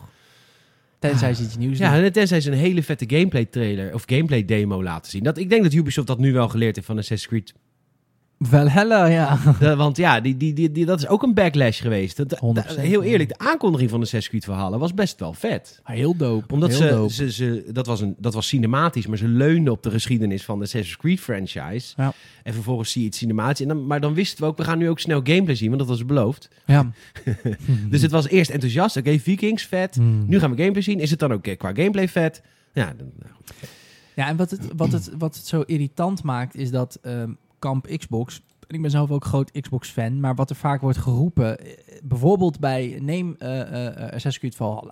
Tenzij ze iets nieuws Ja, doen. en tenzij ze een hele vette gameplay trailer of gameplay demo laten zien. Dat, ik denk dat Ubisoft dat nu wel geleerd heeft van Assassin's Creed. Valhalla, ja. De, want ja, die, die, die, die, dat is ook een backlash geweest. Dat, honderd dat- procent, heel ja. eerlijk, de aankondiging van de Assassin's Creed verhalen was best wel vet. Heel dope. Omdat heel ze, dope. ze, ze dat, was een, dat was cinematisch, maar ze leunden op de geschiedenis van de Assassin's Creed franchise. Ja. En vervolgens zie je het cinematisch. En dan, maar dan wisten we ook, we gaan nu ook snel gameplay zien, want dat was beloofd. Ja. Dus het was eerst enthousiast. Oké, okay, Vikings, vet. Hmm. Nu gaan we gameplay zien. Is het dan ook eh, qua gameplay vet? Ja, dan, nou, Ja, en wat het, wat, het, wat het zo irritant maakt, is dat um, kamp Xbox... En ik ben zelf ook groot Xbox-fan, maar wat er vaak wordt geroepen, eh, bijvoorbeeld bij, neem uh, uh, Assassin's Creed Valhalla.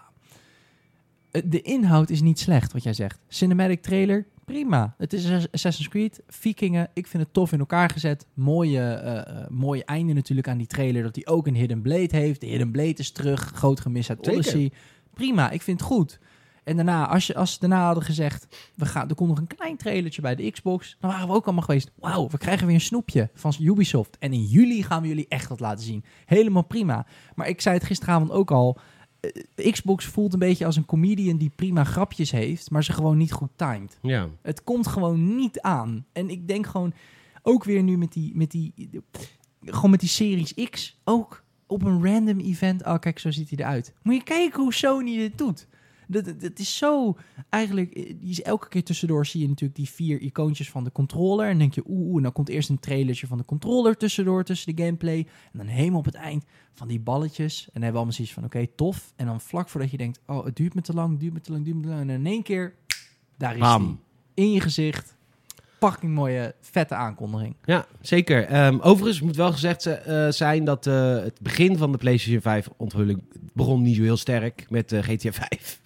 Uh, de inhoud is niet slecht, wat jij zegt. Cinematic trailer, prima. Het is Assassin's Creed, Vikingen, ik vind het tof in elkaar gezet. Mooie, uh, uh, mooie einde natuurlijk aan die trailer, dat hij ook een Hidden Blade heeft. De Hidden Blade is terug, groot gemis uit Zeker. Odyssey. Prima, ik vind het goed. En daarna, als, je, als ze daarna hadden gezegd, we gaan, er komt nog een klein trailertje bij de Xbox, dan waren we ook allemaal geweest, wauw, we krijgen weer een snoepje van Ubisoft. En in juli gaan we jullie echt wat laten zien. Helemaal prima. Maar ik zei het gisteravond ook al, uh, Xbox voelt een beetje als een comedian die prima grapjes heeft, maar ze gewoon niet goed timed. Ja. Het komt gewoon niet aan. En ik denk gewoon, ook weer nu met die, met die, gewoon met die Series X, ook op een random event, oh kijk, zo ziet hij eruit. Moet je kijken hoe Sony dit doet. Dat, dat, dat is zo, eigenlijk, die is elke keer tussendoor zie je natuurlijk die vier icoontjes van de controller. En dan denk je, oeh, oeh, en dan komt eerst een trailertje van de controller tussendoor, tussen de gameplay. En dan helemaal op het eind van die balletjes. En dan hebben we allemaal zoiets van, oké, okay, tof. En dan vlak voordat je denkt, oh, het duurt me te lang, het duurt me te lang, het duurt me te lang. En in één keer, daar is Bam. die. In je gezicht. Fucking mooie, vette aankondiging. Ja, zeker. Um, overigens moet wel gezegd uh, zijn dat uh, het begin van de PlayStation vijf onthulling begon niet zo heel sterk met uh, G T A vijf.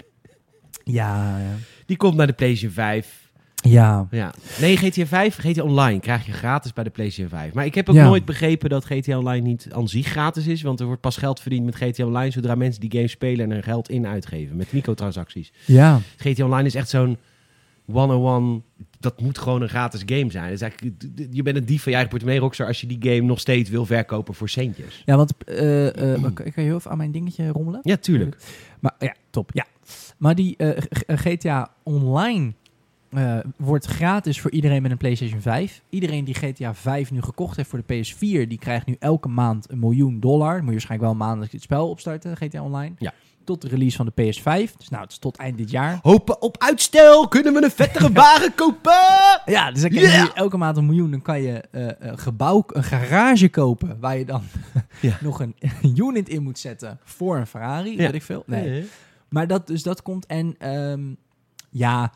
Ja, ja. Die komt naar de PlayStation vijf. Ja. Ja. Nee, G T A vijf, G T A Online krijg je gratis bij de PlayStation vijf. Maar ik heb ook Ja. nooit begrepen dat G T A Online niet aan zich gratis is. Want er wordt pas geld verdiend met G T A Online zodra mensen die game spelen en er geld in uitgeven. Met microtransacties. Ja. G T A Online is echt zo'n honderdéén. Dat moet gewoon een gratis game zijn. Dus eigenlijk, je bent een dief van je eigen portemonnee, Rockstar, als je die game nog steeds wil verkopen voor centjes. Ja, want uh, uh, kan ik heel even aan mijn dingetje rommelen? Ja, tuurlijk. Maar ja, top. Ja. Maar die uh, G T A Online uh, wordt gratis voor iedereen met een PlayStation vijf. Iedereen die G T A vijf nu gekocht heeft voor de P S vier, die krijgt nu elke maand een miljoen dollar. Moet je waarschijnlijk wel maandelijks het spel opstarten, G T A Online. Ja. Tot de release van de P S vijf. Dus nou, het is tot eind dit jaar. Hopen op uitstel, kunnen we een vettere wagen kopen? Ja, dus dan krijg je Yeah! nu elke maand een miljoen. Dan kan je uh, een gebouw, een garage kopen, waar je dan Ja. nog een, een unit in moet zetten voor een Ferrari, Ja. weet ik veel. Nee. Nee. Maar dat, dus dat komt. En um, ja,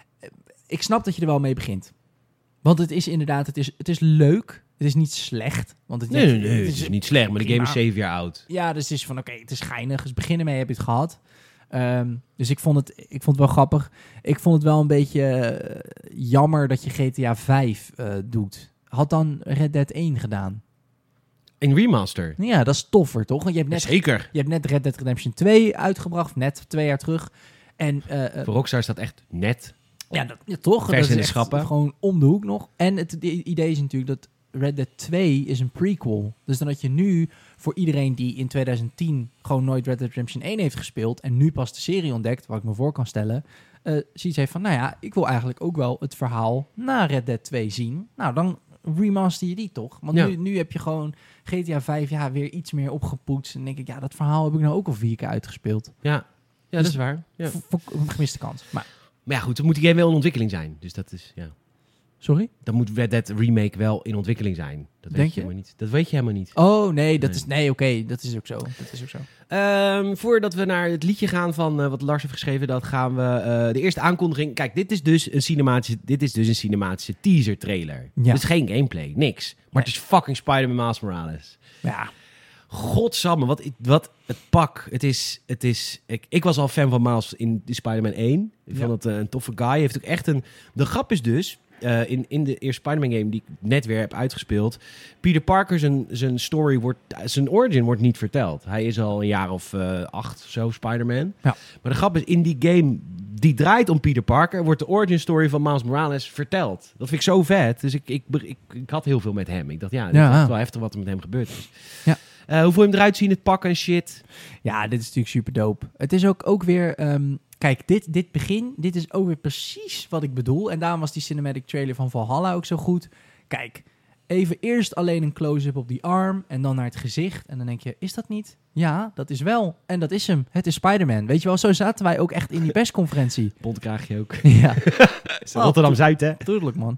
ik snap dat je er wel mee begint. Want het is inderdaad, het is, het is leuk. Het is niet slecht. Want het, Nee, nee, nee, het het is niet slecht, maar de game is prima. zeven jaar oud. Ja, dus het is van oké, okay, het is geinig. Dus beginnen mee heb je het gehad. Um, dus ik vond, het, ik vond het wel grappig. Ik vond het wel een beetje uh, jammer dat je G T A vijf uh, doet. Had dan Red Dead één gedaan. Een remaster. Ja, dat is toffer, toch? Want je hebt net, Zeker. je hebt net Red Dead Redemption twee uitgebracht. Net twee jaar terug. En uh, uh, Voor Rockstar is dat echt net. ja, dat, ja, toch? Vers Dat in is de echt schappen. gewoon om de hoek nog. En het, het idee is natuurlijk dat Red Dead twee is een prequel. Dus dan dat je nu voor iedereen die in twintig tien gewoon nooit Red Dead Redemption één heeft gespeeld en nu pas de serie ontdekt, wat ik me voor kan stellen, uh, zoiets heeft van, nou ja, ik wil eigenlijk ook wel het verhaal na Red Dead twee zien. Nou, dan remaster je die toch? Want Ja. nu, nu heb je gewoon G T A vijf ja, weer iets meer opgepoetst. En dan denk ik, ja, dat verhaal heb ik nou ook al vier keer uitgespeeld. Ja, ja dat Dus- is waar. Ja. V- v- Een gemiste kans. Maar, Maar ja, goed, dan moet die game wel in ontwikkeling zijn. Dus dat is, ja. sorry? Dan moet Red Dead Remake wel in ontwikkeling zijn. Dat weet Denk je je? helemaal niet. Dat weet je helemaal niet. Oh, nee, dat Nee. is... Nee, oké, dat is ook zo. Dat is ook zo. Ehm, voordat we naar het liedje gaan van uh, wat Lars heeft geschreven, dat gaan we uh, de eerste aankondiging. Kijk, dit is dus een cinematische, dit is dus een cinematische teaser trailer. Ja. Dit is geen gameplay, niks. Maar Nee. het is fucking Spider-Man Miles Morales. Ja, Godsamme, wat, wat het pak. Het is, het is, ik, ik was al fan van Miles in de Spider-Man één. Ik Ja. vond het uh, een toffe guy. Hij heeft ook echt een... De grap is dus, uh, in, in de eerste Spider-Man game die ik net weer heb uitgespeeld, Peter Parker, zijn, zijn story wordt, zijn origin wordt niet verteld. Hij is al een jaar of uh, acht zo Spider-Man. Ja. Maar de grap is, in die game die draait om Peter Parker, wordt de origin story van Miles Morales verteld. Dat vind ik zo vet. Dus ik, ik, ik, ik had heel veel met hem. Ik dacht, ja, dit Ja. is echt wel heftig wat er met hem gebeurd is. Ja. Uh, hoe voel je hem eruit zien, het pakken en shit? ja, dit is natuurlijk super dope. Het is ook, ook weer... Um, kijk, dit, dit begin, dit is ook weer precies wat ik bedoel. En daarom was die cinematic trailer van Valhalla ook zo goed. Kijk, even eerst alleen een close-up op die arm en dan naar het gezicht. En dan denk je, is dat niet? Ja, dat is wel. En dat is hem. Het is Spider-Man. Weet je wel, zo zaten wij ook echt in die persconferentie. Bont krijg je ook. Ja, Rotterdam-Zuid, hè? tuurlijk man.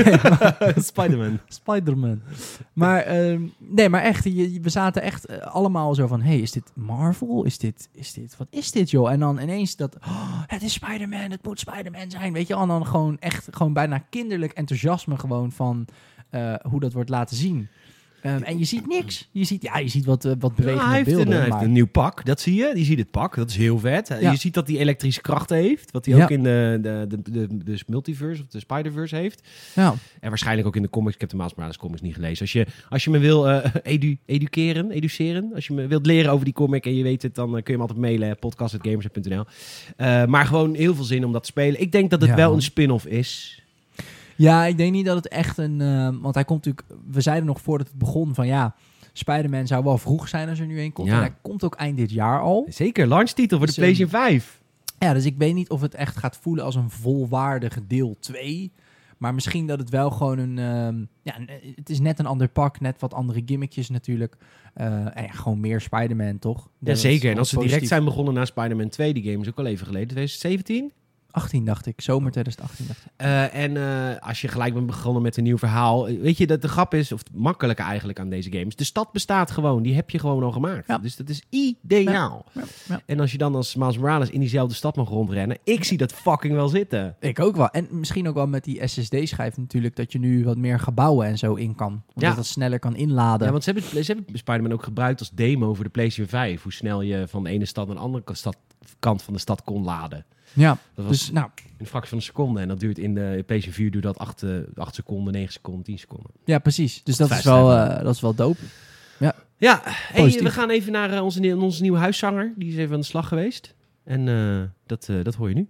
Spider-Man. Spider-Man. Maar, ehm, nee, maar echt, je, we zaten echt uh, allemaal zo van, hey, is dit Marvel? Is dit, is dit, wat is dit, joh? En dan ineens dat, oh, het is Spider-Man, het moet Spider-Man zijn, weet je? En dan gewoon echt, gewoon bijna kinderlijk enthousiasme gewoon van uh, hoe dat wordt laten zien. Um, en je ziet niks. Je ziet, ja, je ziet wat, uh, wat bewegende ja, hij heeft beelden. Een, hij maar... heeft een nieuw pak, dat zie je. Je ziet het pak, dat is heel vet. Ja. Je ziet dat hij elektrische krachten heeft. Wat hij Ja. ook in de, de, de, de, de multiverse of de Spider-Verse heeft. Ja. En waarschijnlijk ook in de comics. Ik heb de Miles Morales comics niet gelezen. Als je, als je me wil uh, edu, educeren, educeren, als je me wilt leren over die comic en je weet het, dan uh, kun je hem altijd mailen. podcast at gamers punt n l uh, Maar gewoon heel veel zin om dat te spelen. Ik denk dat het Ja, wel man. een spin-off is. Ja, ik denk niet dat het echt een... Uh, want hij komt natuurlijk... We zeiden nog voordat het begon van ja... Spider-Man zou wel vroeg zijn als er nu een komt. Ja. En hij komt ook eind dit jaar al. Zeker, launchtitel voor Dus, de PlayStation vijf. Ja, dus ik weet niet of het echt gaat voelen als een volwaardige deel twee. Maar misschien dat het wel gewoon een... Um, ja, een, het is net een ander pak. Net wat andere gimmickjes natuurlijk. Uh, en ja, gewoon meer Spider-Man, toch? Ja, zeker. En als ze direct positief. zijn begonnen na Spider-Man twee, die game is ook al even geleden, twintig zeventien. achttien dacht ik. Zomer twintig achttien dacht ik. Uh, en uh, als je gelijk bent begonnen met een nieuw verhaal. Weet je, dat de grap is, of het makkelijke eigenlijk aan deze games. De stad bestaat gewoon. Die heb je gewoon al gemaakt. Ja. Dus dat is ideaal. Ja, ja. En als je dan als Miles Morales in diezelfde stad mag rondrennen. Ik zie dat fucking wel zitten. Ik ook wel. En misschien ook wel met die S S D-schijf natuurlijk. Dat je nu wat meer gebouwen en zo in kan. Omdat Ja. dat sneller kan inladen. Ja, want ze hebben, ze hebben Spider-Man ook gebruikt als demo voor de PlayStation vijf. Hoe snel je van de ene stad naar de andere stad, kant van de stad kon laden. Ja, Dat was dus nou... een fractie van een seconde. En dat duurt in de PlayStation vier duurt dat acht seconden, negen seconden, tien seconden. Ja, precies. Dus dat is, Fast wel, travel. uh, dat is wel dope. Ja, hey, Positief. we gaan even naar uh, onze, onze nieuwe huiszanger. Die is even aan de slag geweest. En uh, dat, uh, dat hoor je nu.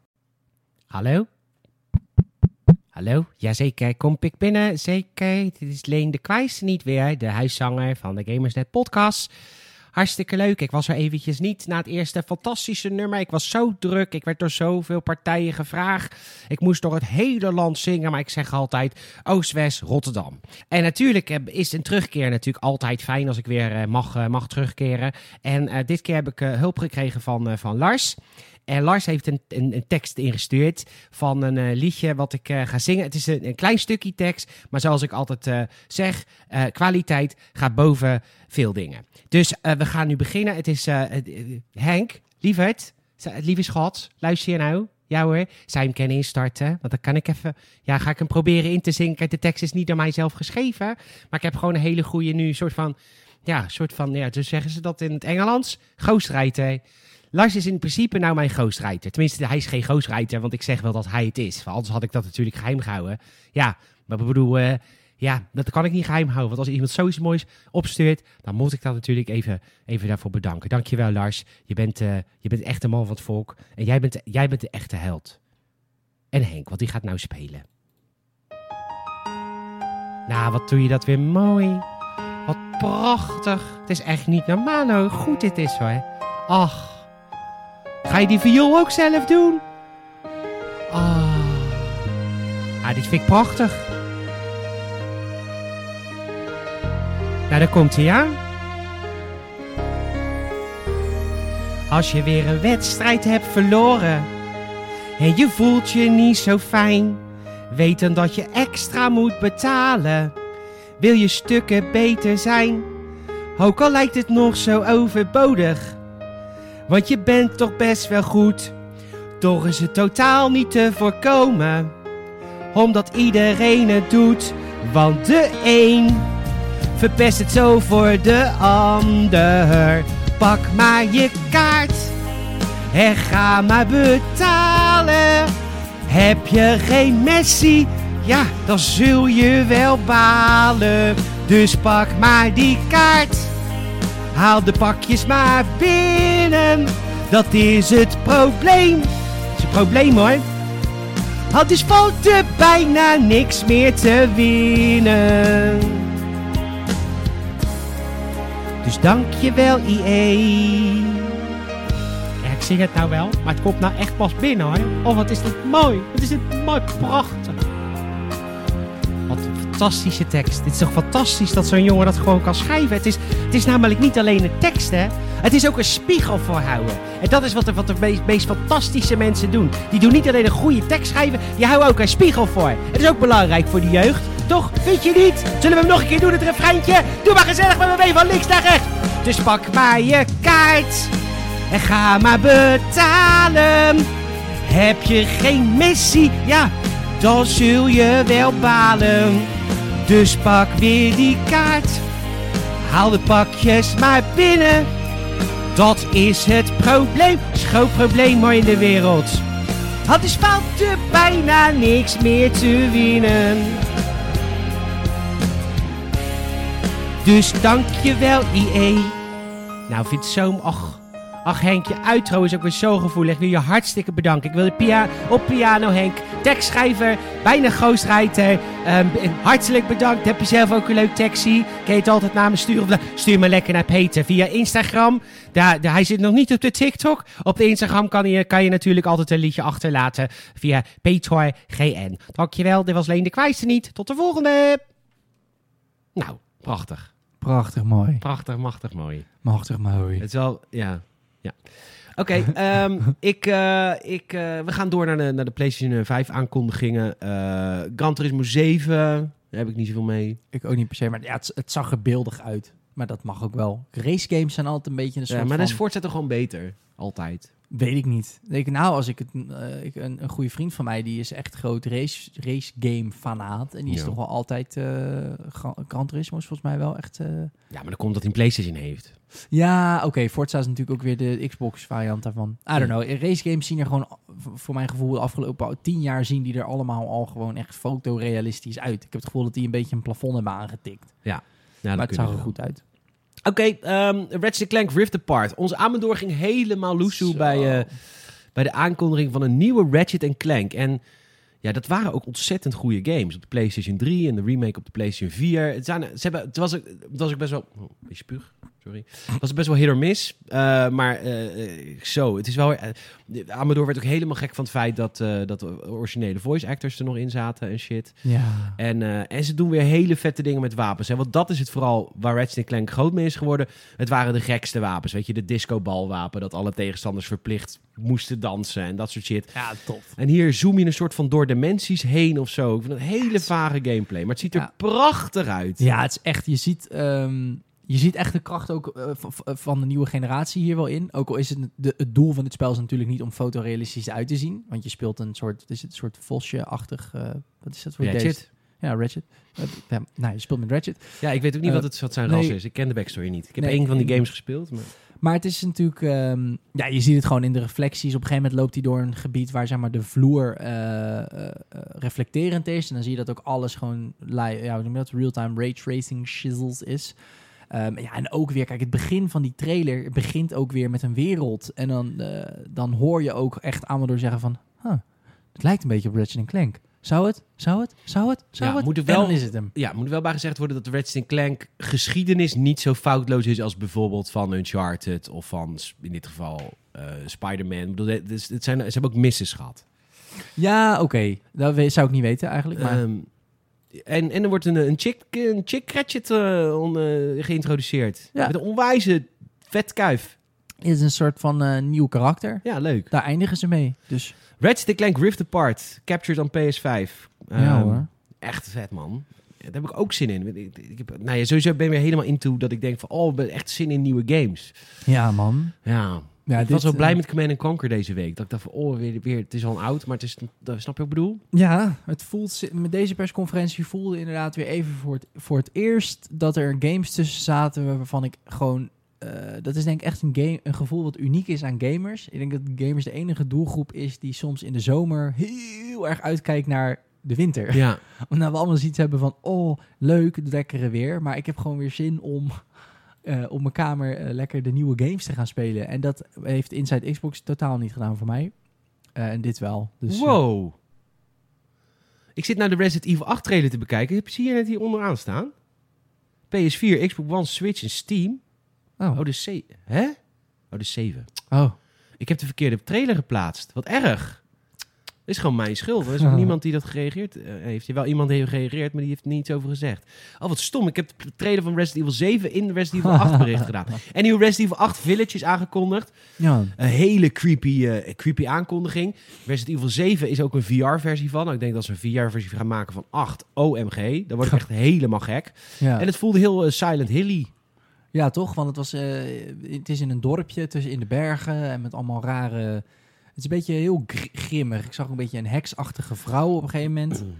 Hallo? Hallo? Jazeker, kom ik binnen. Zeker, dit is Leen de Kwijs niet weer. De huiszanger van de Gamersnet podcast. Hartstikke leuk. Ik was er eventjes niet na het eerste fantastische nummer. Ik was zo druk. Ik werd door zoveel partijen gevraagd. Ik moest door het hele land zingen. Maar ik zeg altijd Oost, West, Rotterdam. En natuurlijk is een terugkeer natuurlijk altijd fijn als ik weer mag, mag terugkeren. En uh, dit keer heb ik uh, hulp gekregen van, uh, van Lars. En Lars heeft een, een, een tekst ingestuurd van een uh, liedje wat ik uh, ga zingen. Het is een, een klein stukje tekst, maar zoals ik altijd uh, zeg, uh, kwaliteit gaat boven veel dingen. Dus uh, we gaan nu beginnen. Het is uh, uh, Henk, lieverd, lieve schat, luister je nou? Ja hoor, zou je hem kunnen instarten? Want dan kan ik even, ja, ga ik hem proberen in te zingen. Kijk, de tekst is niet door mijzelf geschreven, maar ik heb gewoon een hele goede nu soort van, ja, soort van, ja, dus zeggen ze dat in het Engels, ghostwriter. Lars is in principe nou mijn ghostwriter. Tenminste, hij is geen ghostwriter, want ik zeg wel dat hij het is. Want anders had ik dat natuurlijk geheim gehouden. Ja, maar ik bedoel, uh, ja, dat kan ik niet geheim houden. Want als iemand zoiets moois opstuurt, dan moet ik dat natuurlijk even, even daarvoor bedanken. Dankjewel, Lars. Je bent, uh, je bent echt een man van het volk. En jij bent, jij bent de echte held. En Henk, want die gaat nou spelen. Nou, wat doe je dat weer mooi. Wat prachtig. Het is echt niet normaal hoe goed dit is, hoor. Ach. Ga je die viool ook zelf doen? Ah. Ah, dit vind ik prachtig. Nou, daar komt hij aan. Als je weer een wedstrijd hebt verloren en je voelt je niet zo fijn, weet dan dat je extra moet betalen. Wil je stukken beter zijn, ook al lijkt het nog zo overbodig. Want je bent toch best wel goed, toch is het totaal niet te voorkomen. Omdat iedereen het doet, want de een verpest het zo voor de ander. Pak maar je kaart en ga maar betalen. Heb je geen Messi, ja, dan zul je wel balen. Dus pak maar die kaart. Haal de pakjes maar binnen. Dat is het probleem. Dat is het probleem hoor. Anders valt er bijna niks meer te winnen. Dus dankjewel I E. Ja, ik zing het nou wel, maar het komt nou echt pas binnen hoor. Oh, wat is dit mooi. Wat is dit mooi, prachtig. Wat een fantastische tekst. Dit is toch fantastisch dat zo'n jongen dat gewoon kan schrijven. Het is, het is namelijk niet alleen een tekst, hè. Het is ook een spiegel voorhouden. En dat is wat de, wat de meest, meest fantastische mensen doen. Die doen niet alleen een goede tekst schrijven, die houden ook een spiegel voor. Het is ook belangrijk voor de jeugd. Toch? Vind je niet? Zullen we hem nog een keer doen, het refreintje? Doe maar gezellig met me mee van links naar rechts. Dus pak maar je kaart en ga maar betalen. Heb je geen Messi? Ja, dan zul je wel balen. Dus pak weer die kaart. Haal de pakjes maar binnen. Dat is het probleem. Is een groot probleem maar in de wereld. Het is valt er bijna niks meer te winnen. Dus dankjewel E A. Nou, vind het zo... Ach, ach Henk, je outro is ook weer zo gevoelig. Ik wil je hartstikke bedanken. Ik wil de pia- op piano Henk, tekstschrijver, bijna ghostwriter. Um, hartelijk bedankt. Heb je zelf ook een leuk tekstje? Kun je het altijd naar me sturen? Stuur me lekker naar Peter via Instagram. Daar, daar, hij zit nog niet op de TikTok. Op de Instagram kan je, kan je natuurlijk altijd een liedje achterlaten via Peter G N. Dankjewel, dit was Leen de Kwijste niet. Tot de volgende. Nou, prachtig. Prachtig mooi. Prachtig, machtig mooi. Machtig mooi. Het is wel, ja. ja. Oké, okay, um, ik, uh, ik, uh, we gaan door naar de, naar de PlayStation vijf aankondigingen. Uh, Gran Turismo zeven, daar heb ik niet zoveel mee. Ik ook niet per se, maar ja, het, het zag er beeldig uit. Maar dat mag ook wel. Race games zijn altijd een beetje een soort ja, maar van... dan is Forza toch gewoon beter? Altijd. Weet ik niet. Ik, nou, als ik het, uh, ik, een, een goede vriend van mij, die is echt groot race, race game fanaat. En die is ja. toch wel altijd... Uh, Gran Turismo is volgens mij wel echt... Uh... Ja, maar dan komt dat hij een PlayStation heeft. Ja, oké. Okay, Forza is natuurlijk ook weer de Xbox variant daarvan. I don't know. Race games zien er gewoon, voor mijn gevoel, de afgelopen tien jaar zien die er allemaal al gewoon echt fotorealistisch uit. Ik heb het gevoel dat die een beetje een plafond hebben aangetikt. Ja. ja maar het zag er goed uit. Oké, okay, um, Ratchet Clank Rift Apart. Onze Amador ging helemaal loesoe bij, uh, bij de aankondiging van een nieuwe Ratchet Clank. En ja, dat waren ook ontzettend goede games. Op de PlayStation drie en de remake op de PlayStation vier. Het, zijn, ze hebben, het, was, het was ook best wel... Oh, een spuug. Sorry. Het was best wel hit or miss. Uh, maar uh, zo, het is wel... Uh, Amador werd ook helemaal gek van het feit dat, uh, dat de originele voice actors er nog in zaten en shit. Ja. En, uh, en ze doen weer hele vette dingen met wapens. Hè? Want dat is het vooral waar Ratchet Clank groot mee is geworden. Het waren de gekste wapens. Weet je, de discobalwapen. Dat alle tegenstanders verplicht moesten dansen en dat soort shit. Ja, tof. En hier zoom je een soort van door dimensies heen of zo. Ik vind een hele vage gameplay. Maar het ziet er ja. prachtig uit. Ja, het is echt... Je ziet... Um... Je ziet echt de kracht ook uh, v- van de nieuwe generatie hier wel in. Ook al is het, de, het doel van het spel is natuurlijk niet om fotorealistisch uit te zien. Want je speelt een soort, is het een soort vosje-achtig... Uh, wat is dat voor Ratchet? Deze? Ja, Ratchet. Uh, ja, nou, je speelt met Ratchet. Ja, ik weet ook niet uh, wat, het, wat zijn nee, ras is. Ik ken de backstory niet. Ik heb nee, één van die games gespeeld. Maar, maar het is natuurlijk... Um, ja, je ziet het gewoon in de reflecties. Op een gegeven moment loopt hij door een gebied waar zeg maar, de vloer uh, uh, uh, reflecterend is. En dan zie je dat ook alles gewoon... Li- ja, hoe noem je dat? Real-time ray tracing shizzles is. Um, ja, en ook weer, kijk, het begin van die trailer begint ook weer met een wereld. En dan, uh, dan hoor je ook echt Amador zeggen van... Huh, het lijkt een beetje op Ratchet and Clank. Zou het? Zou het? Zou het? Zou ja, het? Moet er wel, en dan is het hem. Ja, moet er wel bij gezegd worden dat de Ratchet and Clank geschiedenis niet zo foutloos is als bijvoorbeeld van Uncharted of van, in dit geval, uh, Spider-Man. Ik bedoel, het, het zijn, ze hebben ook misses gehad. Ja, oké. Okay. Dat zou ik niet weten eigenlijk, maar... Um, En, en er wordt een, een chick, een chick Ratchet uh, on, uh, geïntroduceerd. Ja. Met een onwijze vetkuif. Het is een soort van uh, nieuw karakter. Ja, leuk. Daar eindigen ze mee. Dus. Ratchet Clank Rift Apart. Captured on P S vijf. Um, ja hoor. Echt vet, man. Daar heb ik ook zin in. Ik, ik heb, nou ja, sowieso ben ik weer helemaal into dat ik denk van... Oh, ik ben echt zin in nieuwe games. Ja, man. Ja. Ja, ik was wel blij met Command and Conquer deze week. Dat ik dacht van, oh, weer, weer het is al oud, maar het is, snap je wat ik bedoel? Ja, het voelt, met deze persconferentie voelde inderdaad weer even voor het, voor het eerst dat er games tussen zaten waarvan ik gewoon, uh, dat is denk ik echt een, game, een gevoel wat uniek is aan gamers. Ik denk dat gamers de enige doelgroep is die soms in de zomer heel erg uitkijkt naar de winter. Ja. Omdat we allemaal zoiets hebben van, oh, leuk, het lekkere weer, maar ik heb gewoon weer zin om... Uh, op mijn kamer uh, lekker de nieuwe games te gaan spelen. En dat heeft Inside Xbox totaal niet gedaan voor mij. Uh, en dit wel. Dus, wow. Uh... Ik zit naar de Resident Evil acht trailer te bekijken. Zie je net hier onderaan staan? P S vier, Xbox One, Switch en Steam. Oh, oh de C... Hè? Oh, de zeven. Oh. Ik heb de verkeerde trailer geplaatst. Wat erg. Dat is gewoon mijn schuld. Er is ook niemand die dat gereageerd uh, heeft. Wel iemand heeft gereageerd, maar die heeft er niets over gezegd. Oh, wat stom. Ik heb de trailer van Resident Evil zeven in Resident Evil acht bericht gedaan. En nieuwe Resident Evil acht Village is aangekondigd. Ja. Een hele creepy, uh, creepy aankondiging. Resident Evil zeven is ook een V R-versie van. Nou, ik denk dat ze een V R-versie gaan maken van acht. O M G. Dan word ik echt helemaal gek. Ja. En het voelde heel uh, Silent Hilly. Ja, toch? Want het, was, uh, het is in een dorpje tussen in de bergen en met allemaal rare... Het is een beetje heel gr- grimmig. Ik zag een beetje een heksachtige vrouw op een gegeven moment. Dus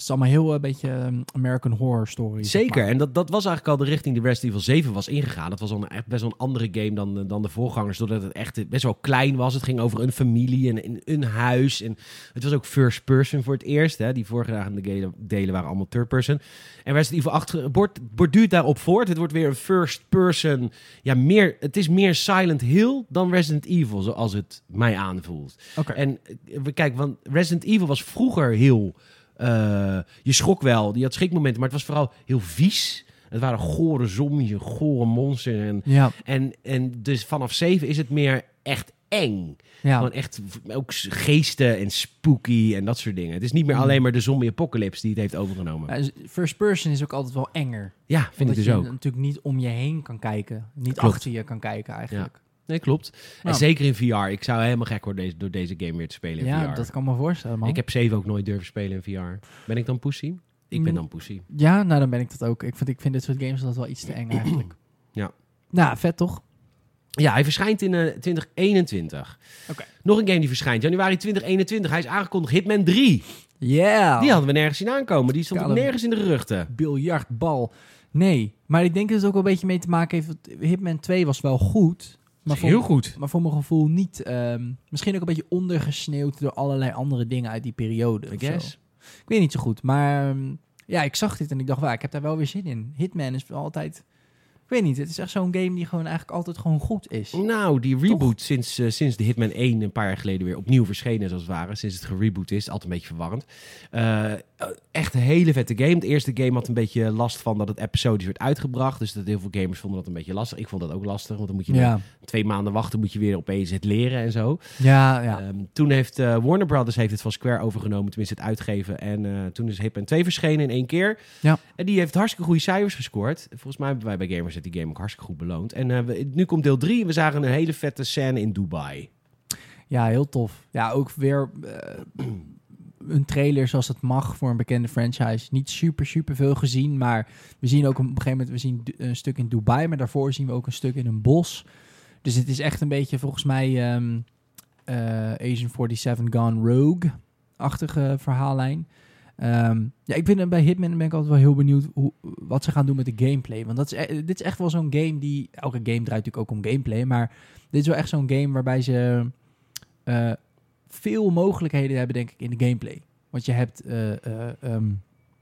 is allemaal heel een beetje um, American Horror Story. Zeker, zeg maar. en dat, dat was eigenlijk al de richting die Resident Evil zeven was ingegaan. Dat was al een, echt best wel een andere game dan, dan de voorgangers, doordat het echt best wel klein was. Het ging over een familie en een, een huis. En het was ook first person voor het eerst. Hè. Die voorgaande delen waren allemaal third person. En Resident Evil acht borduurt daarop voort. Het wordt weer een first person. Ja, meer, het is meer Silent Hill dan Resident Evil, zoals het mij aanvoelt. Okay. En we kijken, want Resident Evil was vroeger heel... Uh, je schrok wel, die had schrikmomenten, maar het was vooral heel vies. Het waren gore zombies, een gore monster. En, ja. en, en dus vanaf zeven is het meer echt eng. Ja. Gewoon echt ook geesten en spooky en dat soort dingen. Het is niet meer alleen maar de zombie-apocalypse die het heeft overgenomen. Ja, first person is ook altijd wel enger. Ja, vind Omdat ik dus ook. je natuurlijk niet om je heen kan kijken. Niet Klopt. achter je kan kijken eigenlijk. Ja. Nee, klopt. En Nou. zeker in V R. Ik zou helemaal gek worden deze, door deze game weer te spelen in Ja, V R. dat kan me voorstellen, man. Ik heb zeven ook nooit durven spelen in V R. Ben ik dan pussy? Ik ben Mm. dan pussy. Ja, nou dan ben ik dat ook. Ik vind, ik vind dit soort games altijd wel iets te eng eigenlijk. Ja. Nou, vet toch? Ja, hij verschijnt in uh, twintig eenentwintig. Oké. Nog een game die verschijnt. Januari twintig eenentwintig. Hij is aangekondigd. Hitman drie. Yeah! Die hadden we nergens zien aankomen. Die stond ook Kale- nergens in de geruchten. Biljartbal. Nee, maar ik denk dat het ook wel een beetje mee te maken heeft. Want Hitman twee was wel goed. Maar voor, Heel goed. maar voor mijn gevoel niet... Um, misschien ook een beetje ondergesneeuwd door allerlei andere dingen uit die periode. I of zo. guess. Ik weet niet zo goed. Maar um, ja, ik zag dit en ik dacht, waar, ik heb daar wel weer zin in. Hitman is altijd... Ik weet niet, het is echt zo'n game die gewoon eigenlijk altijd gewoon goed is. Nou, die reboot sinds, uh, sinds de Hitman één een paar jaar geleden weer opnieuw verschenen, zoals het ware. Sinds het gereboot is, altijd een beetje verwarrend. Uh, echt een hele vette game. De eerste game had een beetje last van dat het episodisch werd uitgebracht. Dus dat heel veel gamers vonden dat een beetje lastig. Ik vond dat ook lastig, want dan moet je Ja, twee maanden wachten, moet je weer opeens het leren en zo. ja, ja. Um, toen heeft uh, Warner Brothers heeft het van Square overgenomen, tenminste het uitgeven. En uh, toen is Hitman twee verschenen in één keer. Ja. En die heeft hartstikke goede cijfers gescoord. Volgens mij hebben wij bij Gamers die game ook hartstikke goed beloond. En uh, we, nu komt deel drie en we zagen een hele vette scène in Dubai. Ja, heel tof. Ja, ook weer uh, een trailer zoals het mag voor een bekende franchise. Niet super, super veel gezien, maar we zien ook op een gegeven moment we zien een stuk in Dubai, maar daarvoor zien we ook een stuk in een bos. Dus het is echt een beetje volgens mij um, uh, Agent forty-seven Gone Rogue-achtige verhaallijn. Um, ja, ik ben bij Hitman ben ik altijd wel heel benieuwd hoe, wat ze gaan doen met de gameplay. Want dat is, e- dit is echt wel zo'n game die... Elke game draait natuurlijk ook om gameplay, maar dit is wel echt zo'n game waarbij ze uh, veel mogelijkheden hebben, denk ik, in de gameplay. Want je hebt... Uh, uh, um,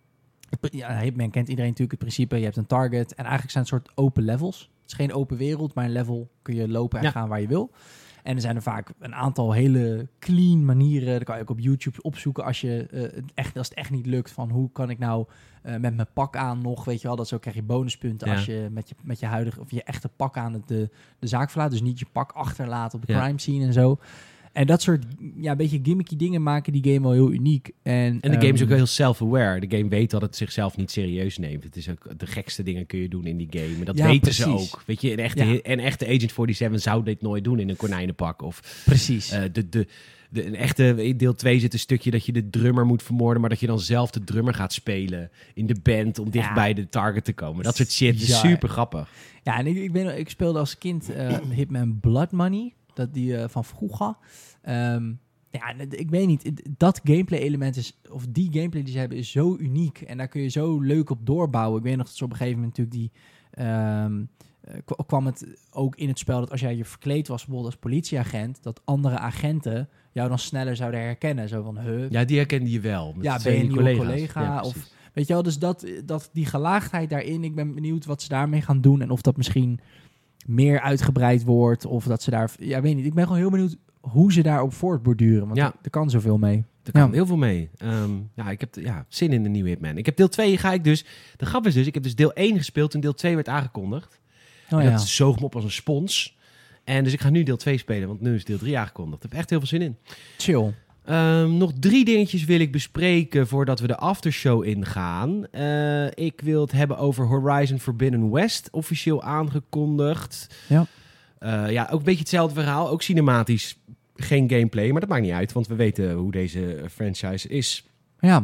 ja, Hitman kent iedereen natuurlijk het principe. Je hebt een target en eigenlijk zijn het soort open levels. Het is geen open wereld, maar een level kun je lopen en Ja. gaan waar je wil. En er zijn er vaak een aantal hele clean manieren. Dat kan je ook op YouTube opzoeken als, je, uh, het, echt, als het echt niet lukt. Van hoe kan ik nou uh, met mijn pak aan nog, weet je wel. Dat zo krijg je bonuspunten Ja. als je met je, met je huidige of je echte pak aan het, de, de zaak verlaat. Dus niet je pak achterlaat op de Ja. crime scene en zo. En dat soort ja, een beetje gimmicky dingen maken die game wel heel uniek. En, En de game is um, ook heel self-aware. De game weet dat het zichzelf niet serieus neemt. Het is ook, de gekste dingen kun je doen in die game. En dat Ja, weten ze precies. ook. Weet je, een echte, Ja. een echte Agent forty-seven zou dit nooit doen in een konijnenpak. Of Precies. uh, de, de, de, een echte, in deel twee zit een stukje dat je de drummer moet vermoorden, maar dat je dan zelf de drummer gaat spelen in de band om dicht Ja. bij de target te komen. Dat soort shit is Bizar. super grappig. Ja, en ik, ik, ben, ik speelde als kind uh, Hitman Blood Money. Dat die uh, van vroeger. Um, ja, ik weet niet. Dat gameplay element is, of die gameplay die ze hebben, is zo uniek. En daar kun je zo leuk op doorbouwen. Ik weet nog dat ze op een gegeven moment natuurlijk die... Um, uh, kwam het ook in het spel dat als jij je verkleed was, bijvoorbeeld als politieagent, dat andere agenten jou dan sneller zouden herkennen. Zo van, huh, Ja, die herkende je wel. Met ja, twee ben je een die nieuwe collega's. collega? Ja, of precies. weet je wel, dus dat, dat die gelaagdheid daarin, ik ben benieuwd wat ze daarmee gaan doen en of dat misschien meer uitgebreid wordt of dat ze daar, ja, weet niet. Ik ben gewoon heel benieuwd hoe ze daarop voortborduren, want Ja. er, er kan zoveel mee. Er kan Ja. heel veel mee. Um, ja, ik heb ja, zin in de nieuwe Hitman. Ik heb deel twee, ga ik dus... De grap is dus, ik heb dus deel één gespeeld toen deel twee werd aangekondigd. Oh, en ja. dat zoog me op als een spons. En dus ik ga nu deel twee spelen, want nu is deel drie aangekondigd. Ik heb echt heel veel zin in. Chill. Um, nog drie dingetjes wil ik bespreken voordat we de aftershow ingaan. Uh, ik wil het hebben over Horizon Forbidden West, officieel aangekondigd. Ja. Uh, ja, ook een beetje hetzelfde verhaal. Ook cinematisch, geen gameplay, maar dat maakt niet uit, want we weten hoe deze franchise is. Ja.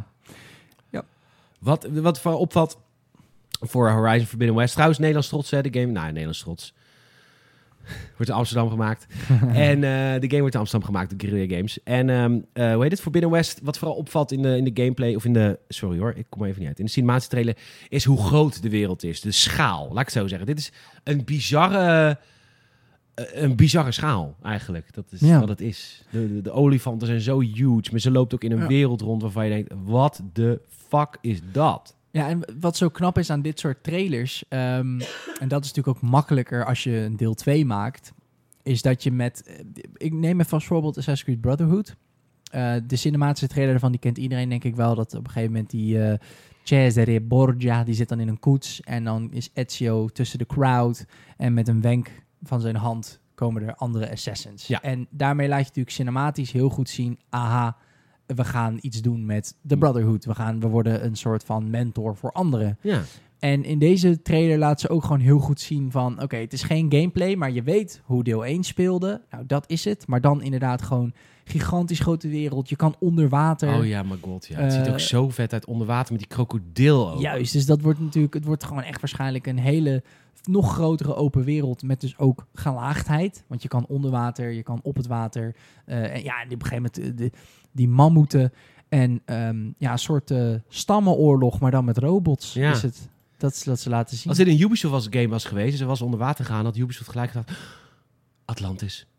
Wat, wat voor opvalt voor Horizon Forbidden West, trouwens Nederlands trots, hè, de game. Nou, Nederlands trots. Wordt in Amsterdam gemaakt. En uh, de game wordt in Amsterdam gemaakt door Guerrilla Games. En um, uh, hoe heet het? Forbidden West, wat vooral opvalt in de, in de gameplay... of in de... Sorry hoor, ik kom er even niet uit. In de cinematische trailer is hoe groot de wereld is. De schaal, laat ik het zo zeggen. Dit is een bizarre... Uh, een bizarre schaal, eigenlijk. Dat is ja. wat het is. De, de, de olifanten zijn zo huge. Maar ze loopt ook in een ja. wereld rond waarvan je denkt... Wat de fuck is dat? Ja, en wat zo knap is aan dit soort trailers... Um, en dat is natuurlijk ook makkelijker als je een deel twee maakt... is dat je met... Ik neem even als voorbeeld Assassin's Creed Brotherhood. Uh, de cinematische trailer daarvan, die kent iedereen denk ik wel... dat op een gegeven moment die uh, Cesare Borgia... die zit dan in een koets... en dan is Ezio tussen de crowd... en met een wenk van zijn hand... komen er andere assassins. Ja. En daarmee laat je natuurlijk cinematisch heel goed zien... aha... we gaan iets doen met de Brotherhood. We, gaan, we worden een soort van mentor voor anderen. Ja. En in deze trailer laat ze ook gewoon heel goed zien van... oké, okay, het is geen gameplay, maar je weet hoe deel één speelde. Nou, dat is het. Maar dan inderdaad gewoon gigantisch grote wereld. Je kan onder water... Oh ja, my god, ja. Het uh, ziet ook zo vet uit onder water met die krokodil ook. Juist, dus dat wordt natuurlijk... het wordt gewoon echt waarschijnlijk een hele... nog grotere open wereld met dus ook gelaagdheid. Want je kan onder water, je kan op het water. Uh, en ja, op een gegeven moment... de, die mammoeten en um, ja, een soort uh, stammenoorlog, maar dan met robots ja. is het. Dat is dat ze laten zien. Als dit een Ubisoft was game was geweest en ze was onder water gegaan, had Ubisoft gelijk gedaan. Atlantis.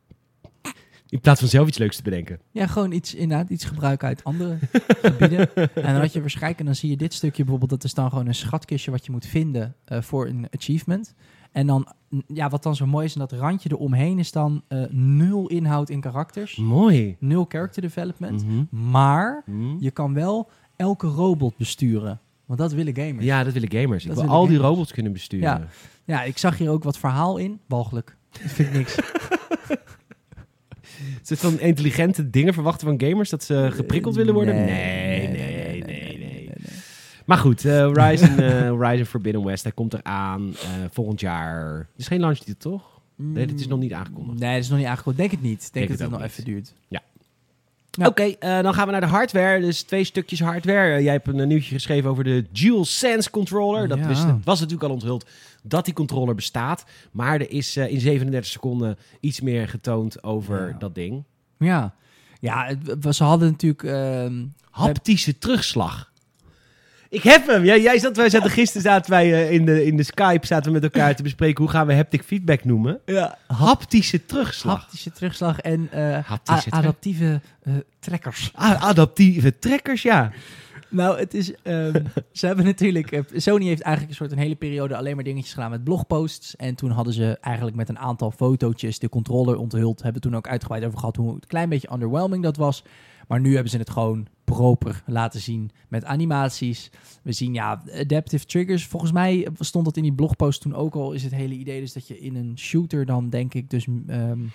In plaats van zelf iets leuks te bedenken. Ja, gewoon iets, inderdaad, iets gebruiken uit andere gebieden. En dan had je waarschijnlijk, en dan zie je dit stukje bijvoorbeeld, dat is dan gewoon een schatkistje wat je moet vinden uh, voor een achievement. En dan, ja, wat dan zo mooi is, en dat randje eromheen is dan uh, nul inhoud in karakters. Mooi. Nul character development. Mm-hmm. Maar mm-hmm. je kan wel elke robot besturen. Want dat willen gamers. Ja, dat willen gamers. Dat ik wil al gamers. Die robots kunnen besturen. Ja. ja, ik zag hier ook wat verhaal in. Walgelijk. Dat vind ik niks. Zit van intelligente dingen verwachten van gamers? Dat ze geprikkeld willen worden? Nee, nee, nee, nee. nee, nee, nee, nee, nee. Maar goed, uh, Horizon, uh, Horizon Forbidden West, hij komt eraan uh, volgend jaar. Het is geen launch titel, toch? Nee, dit is nog niet aangekondigd. Nee, dat is nog niet aangekondigd. Denk het niet. Denk, Denk dat het, het nog even duurt. Ja. Ja. Oké, okay, uh, dan gaan we naar de hardware. Dus twee stukjes hardware. Uh, jij hebt een, een nieuwtje geschreven over de DualSense controller. Dat, ja. wist, dat was natuurlijk al onthuld dat die controller bestaat. Maar er is uh, in zevenendertig seconden iets meer getoond over ja. dat ding. Ja, ja het, ze hadden natuurlijk... Uh, Haptische heb... terugslag. Ik heb hem. Jij, jij zat, wij zaten gisteren zaten wij uh, in, de, in de Skype zaten we met elkaar te bespreken hoe gaan we haptic feedback noemen. Ja. Haptische terugslag. Haptische terugslag en uh, Haptische a- adaptieve uh, trekkers. A- adaptieve trekkers, ja. Nou, het is... Um, ze hebben natuurlijk... Uh, Sony heeft eigenlijk een soort een hele periode alleen maar dingetjes gedaan met blogposts. En toen hadden ze eigenlijk met een aantal fotootjes de controller onthuld. Hebben toen ook uitgebreid over gehad hoe een klein beetje underwhelming dat was. Maar nu hebben ze het gewoon proper laten zien met animaties. We zien, ja, adaptive triggers. Volgens mij stond dat in die blogpost toen ook al. Is het hele idee dus dat je in een shooter dan, denk ik, dus um,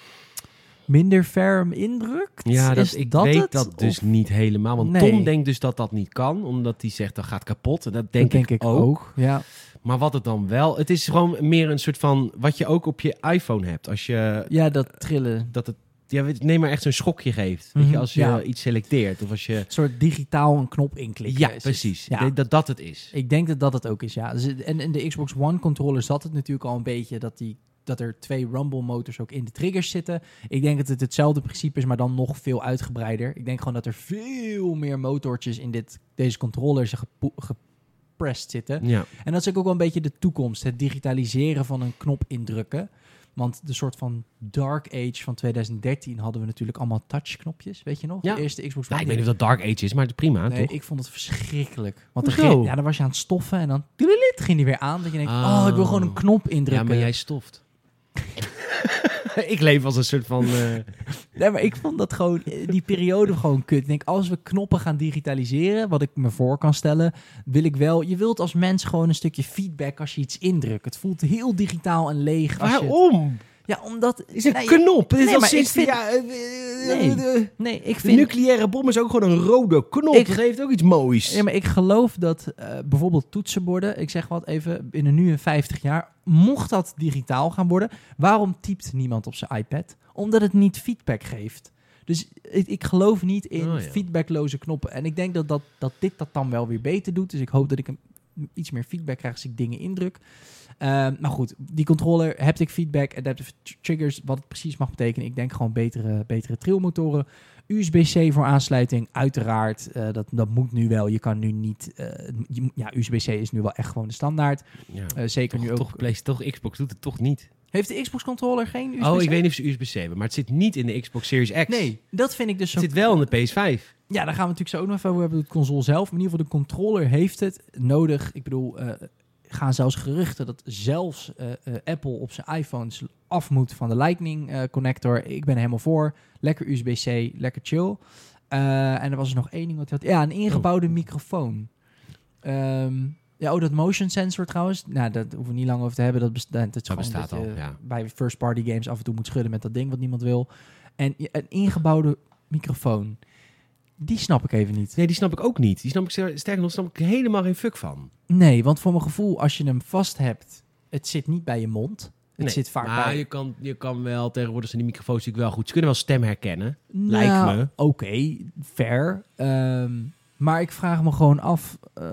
minder ferm indrukt? Ja, dat, is ik dat weet het? dat dus of? niet helemaal. Want nee. Tom denkt dus dat dat niet kan. Omdat hij zegt, dat gaat kapot. En dat denk, dat denk ik, ik ook. ook. Ja. Maar wat het dan wel... Het is gewoon meer een soort van... Wat je ook op je iPhone hebt. Als je... Ja, dat trillen. Dat het... Ja, neem maar echt zo'n schokje geeft. Mm-hmm, weet je, als je ja. iets selecteert. Of als je... Een soort digitaal een knop inklikken. Ja, precies. Ja. Dat dat het is. Ik denk dat dat het ook is, ja. Dus, en in de Xbox One controller zat het natuurlijk al een beetje dat, die, dat er twee rumble motors ook in de triggers zitten. Ik denk dat het hetzelfde principe is, maar dan nog veel uitgebreider. Ik denk gewoon dat er veel meer motortjes in dit, deze controller gepo- gepressed zitten. Ja. En dat is ook wel een beetje de toekomst. Het digitaliseren van een knop indrukken. Want de soort van Dark Age van twintig dertien hadden we natuurlijk allemaal touchknopjes, weet je nog? Ja. De eerste Xbox One. Ja, ik weet niet of dat Dark Age is, maar het is prima, Nee, toch? ik vond het verschrikkelijk. Want Hoezo? dan, ging, ja, dan was je aan het stoffen en dan ging die weer aan. Dat je denkt, Oh. oh, ik wil gewoon een knop indrukken. Ja, maar jij stoft. Ik leef als een soort van... Uh... Nee, maar ik vond dat gewoon, die periode gewoon kut. Ik denk, als we knoppen gaan digitaliseren, wat ik me voor kan stellen, wil ik wel... Je wilt als mens gewoon een stukje feedback als je iets indrukt. Het voelt heel digitaal en leeg. Als Waarom? Je Ja, omdat... Het is een nee, knop. Het is nee, al maar sinds ik vind- ja, uh, uh, Nee, de, nee, ik de vind... nucleaire bom is ook gewoon een rode knop. Ik- Dat heeft ook iets moois. Ja, maar ik geloof dat uh, bijvoorbeeld toetsenborden, ik zeg wat even, binnen nu en vijftig jaar, mocht dat digitaal gaan worden, waarom typt niemand op zijn iPad? Omdat het niet feedback geeft. Dus ik, ik geloof niet in Oh, ja. feedbackloze knoppen. En ik denk dat, dat, dat dit dat dan wel weer beter doet. Dus ik hoop dat ik hem iets meer feedback krijg als ik dingen indruk. Uh, maar goed, die controller, haptic feedback, adaptive triggers, wat het precies mag betekenen. Ik denk gewoon betere, betere trilmotoren. U S B C voor aansluiting, uiteraard. Uh, dat, dat moet nu wel. Je kan nu niet... Uh, je, ja, U S B C is nu wel echt gewoon de standaard. Ja, uh, zeker toch, nu ook... Toch, PlayStation, toch Xbox doet het toch niet. Heeft de Xbox controller geen U S B C? Oh, ik weet niet of ze U S B C hebben, maar het zit niet in de Xbox Series X. Nee, dat vind ik dus zo... Het zit wel in de P S vijf. Ja, daar gaan we natuurlijk zo ook nog even over hebben, de console zelf. Maar in ieder geval, de controller heeft het nodig. Ik bedoel, uh, gaan zelfs geruchten dat zelfs uh, uh, Apple op zijn iPhones af moet van de Lightning uh, connector. Ik ben er helemaal voor. Lekker U S B C, lekker chill. Uh, en er was er nog één ding wat hij had. Ja, een ingebouwde oh. microfoon. Um, ja, oh, dat motion sensor trouwens. Nou, dat hoeven we niet lang over te hebben. Dat, besta- dat, is dat bestaat dat je al, ja. Bij first party games af en toe moet schudden met dat ding wat niemand wil. En een ingebouwde microfoon. Die snap ik even niet. Nee, die snap ik ook niet. Die snap ik sterker nog, snap ik helemaal geen fuck van. Nee, want voor mijn gevoel, als je hem vast hebt, het zit niet bij je mond. Het nee, zit vaak maar bij... je kan, je kan wel, tegenwoordig zijn die microfoons natuurlijk wel goed. Ze kunnen wel stem herkennen, nou, lijkt me. Oké, okay, fair. Um, maar ik vraag me gewoon af, uh,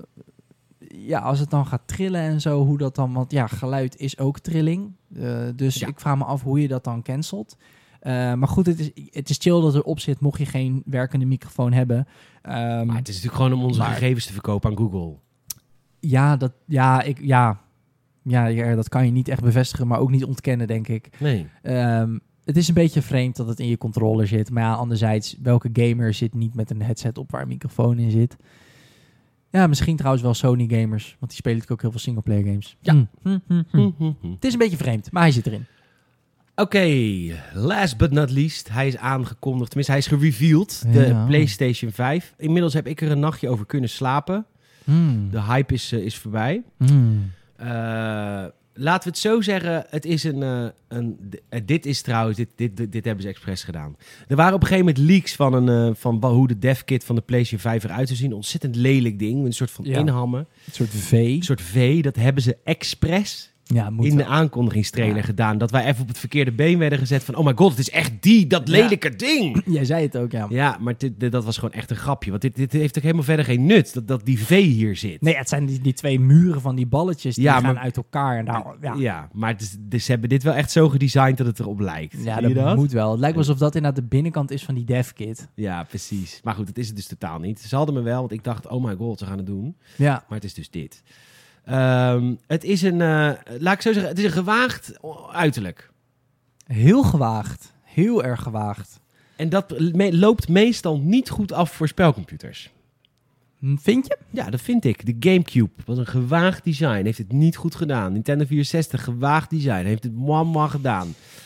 ja, als het dan gaat trillen en zo, hoe dat dan... Want ja, geluid is ook trilling. Uh, dus ja. ik vraag me af hoe je dat dan cancelt. Uh, maar goed, het is, het is chill dat erop zit, mocht je geen werkende microfoon hebben. Um, maar het is natuurlijk gewoon om onze maar, gegevens te verkopen aan Google. Ja, dat, ja, ik, ja, ja, ja, dat kan je niet echt bevestigen, maar ook niet ontkennen, denk ik. Nee. Um, het is een beetje vreemd dat het in je controller zit. Maar ja, anderzijds, welke gamer zit niet met een headset op waar een microfoon in zit? Ja, misschien trouwens wel Sony gamers, want die spelen natuurlijk ook heel veel singleplayer games. Ja. Hm, hm, hm, hm. Hm, hm. Het is een beetje vreemd, maar hij zit erin. Oké, okay, last but not least. Hij is aangekondigd, tenminste hij is gereveeld. De ja. PlayStation vijf. Inmiddels heb ik er een nachtje over kunnen slapen. Hmm. De hype is, uh, is voorbij. Hmm. Uh, laten we het zo zeggen. Het is een... Uh, een uh, dit is trouwens... Dit, dit, dit, dit hebben ze expres gedaan. Er waren op een gegeven moment leaks van, een, uh, van hoe de devkit van de PlayStation vijf eruit te zien. Ontzettend lelijk ding. Een soort van ja. inhammen. Een soort V. Een soort V. Dat hebben ze expres... Ja, moet in wel. de aankondigingstrailer ja. gedaan. Dat wij even op het verkeerde been werden gezet van... oh my god, het is echt die, dat lelijke ja. ding. Jij zei het ook, ja. Ja, maar dit, dit, dat was gewoon echt een grapje. Want dit, dit heeft ook helemaal verder geen nut, dat, dat die V hier zit. Nee, het zijn die, die twee muren van die balletjes... die ja, gaan maar, uit elkaar. En daar, ja. ja, maar het is, dus ze hebben dit wel echt zo gedesigned dat het erop lijkt. Ja, dat, dat moet wel. Het lijkt alsof dat inderdaad de binnenkant is van die devkit. Ja, precies. Maar goed, dat is het dus totaal niet. Ze hadden me wel, want ik dacht... oh my god, ze gaan het doen. Ja. Maar het is dus dit. Um, het is een, uh, laat ik zo zeggen, het is een gewaagd uiterlijk. Heel gewaagd. Heel erg gewaagd. En dat me- loopt meestal niet goed af voor spelcomputers. Vind je? Ja, dat vind ik. De GameCube was een gewaagd design. Heeft het niet goed gedaan. Nintendo vierenzestig, gewaagd design. Heeft het mwah gedaan.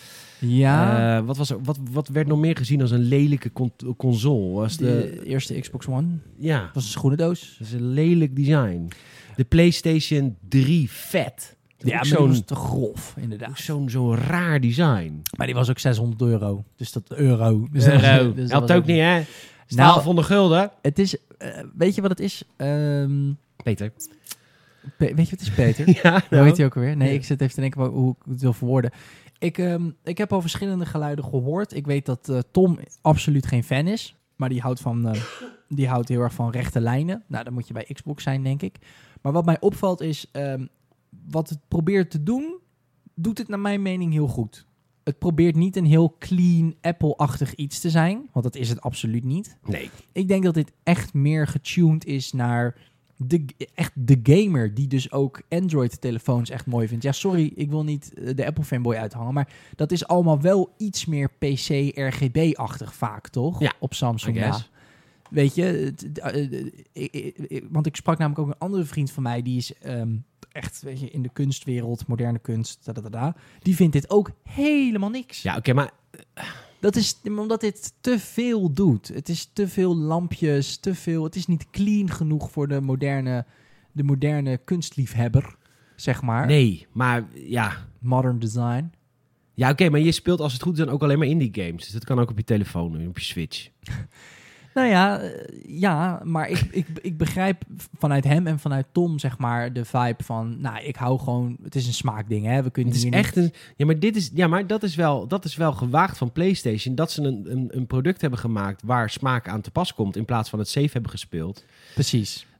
Ja. Uh, wat, was er, wat, wat werd nog meer gezien als een lelijke con- console? Was de, de eerste Xbox One. Ja. Dat was een schoenendoos. Dat is een lelijk design. De PlayStation drie, vet. Ja, maar die was te grof, inderdaad. Zo'n, zo'n raar design. Maar die was ook zeshonderd euro. Dus dat euro. Dus euro. Dat, dus helpt ook niet, hè? twaalfhonderd nou, gulden. Het is... Uh, weet je wat het is? Um, Peter. Pe- weet je wat het is, Peter? ja, nou. Hoe heet hij ook alweer? Nee, ja. ik zit even te denken hoe ik het wil verwoorden. Ik, um, ik heb al verschillende geluiden gehoord. Ik weet dat uh, Tom absoluut geen fan is. Maar die houdt, van, uh, die houdt heel erg van rechte lijnen. Nou, dan moet je bij Xbox zijn, denk ik. Maar wat mij opvalt is... Um, wat het probeert te doen, doet het naar mijn mening heel goed. Het probeert niet een heel clean, Apple-achtig iets te zijn. Want dat is het absoluut niet. Nee. Ik denk dat dit echt meer getuned is naar de, echt de gamer... die dus ook Android-telefoons echt mooi vindt. Ja, sorry, ik wil niet de Apple-fanboy uithangen... maar dat is allemaal wel iets meer P C R G B-achtig vaak, toch? Ja, op Samsung, ja. Weet je, het, uh, uh, ik, ik, want ik sprak namelijk ook een andere vriend van mij... die is... Um, echt, weet je, in de kunstwereld, moderne kunst, da, da, da, da, die vindt dit ook helemaal niks. Ja, oké, okay, maar... Dat is omdat dit te veel doet. Het is te veel lampjes, te veel... Het is niet clean genoeg voor de moderne, de moderne kunstliefhebber, zeg maar. Nee, maar ja... Modern design. Ja, oké, okay, maar je speelt als het goed is dan ook alleen maar indie games. Dus dat kan ook op je telefoon, op je Switch. Nou ja, ja, maar ik, ik, ik begrijp vanuit hem en vanuit Tom, zeg maar, de vibe van, nou, ik hou gewoon, het is een smaakding, hè. We kunnen het is hier echt niet... een, ja, maar dit is, ja, maar dat is wel, dat is wel gewaagd van PlayStation, dat ze een, een, een product hebben gemaakt waar smaak aan te pas komt, in plaats van het safe hebben gespeeld. Precies.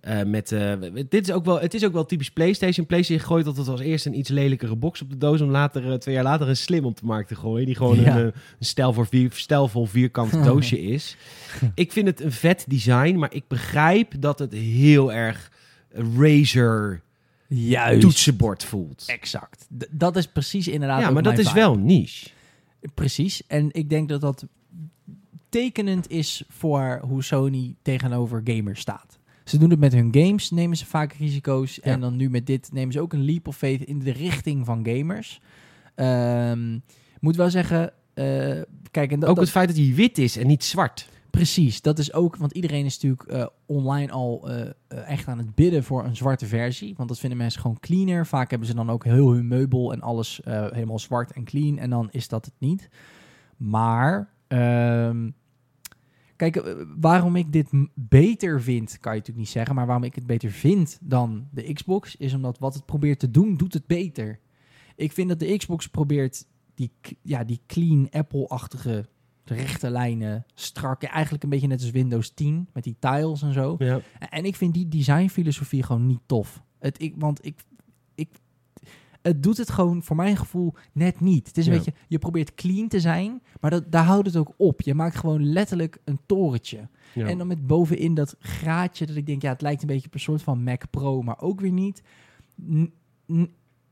Uh, met, uh, dit is ook wel, het is ook wel typisch PlayStation. PlayStation gooit altijd als eerste een iets lelijkere box op de doos... om later, uh, twee jaar later een slim op de markt te gooien... die gewoon ja. een, een, stijl voor vier, stijlvol vierkant doosje is. Ik vind het een vet design, maar ik begrijp dat het heel erg Razer Juist. toetsenbord voelt. Exact. D- dat is precies inderdaad Ja, ook maar dat mijn is vibe. wel niche. Precies. En ik denk dat dat tekenend is voor hoe Sony tegenover gamers staat. Ze doen het met hun games, nemen ze vaak risico's. Ja. En dan nu met dit nemen ze ook een leap of faith in de richting van gamers. Um, moet wel zeggen... Uh, kijk, en dat, ook dat, het feit dat hij wit is en niet zwart. Precies, dat is ook... Want iedereen is natuurlijk uh, online al uh, uh, echt aan het bidden voor een zwarte versie. Want dat vinden mensen gewoon cleaner. Vaak hebben ze dan ook heel hun meubel en alles uh, helemaal zwart en clean. En dan is dat het niet. Maar... Um, Kijk, waarom ik dit beter vind, kan je natuurlijk niet zeggen. Maar waarom ik het beter vind dan de Xbox... is omdat wat het probeert te doen, doet het beter. Ik vind dat de Xbox probeert die, ja, die clean Apple-achtige rechte lijnen, strak... Eigenlijk een beetje net als Windows tien, met die tiles en zo. Ja. En ik vind die designfilosofie gewoon niet tof. Het, ik, want ik... ik Het doet het gewoon, voor mijn gevoel, net niet. Het is een ja. beetje, je probeert clean te zijn, maar dat, daar houdt het ook op. Je maakt gewoon letterlijk een torentje. Ja. En dan met bovenin dat graadje, dat ik denk, ja, het lijkt een beetje op een soort van Mac Pro, maar ook weer niet. N- n-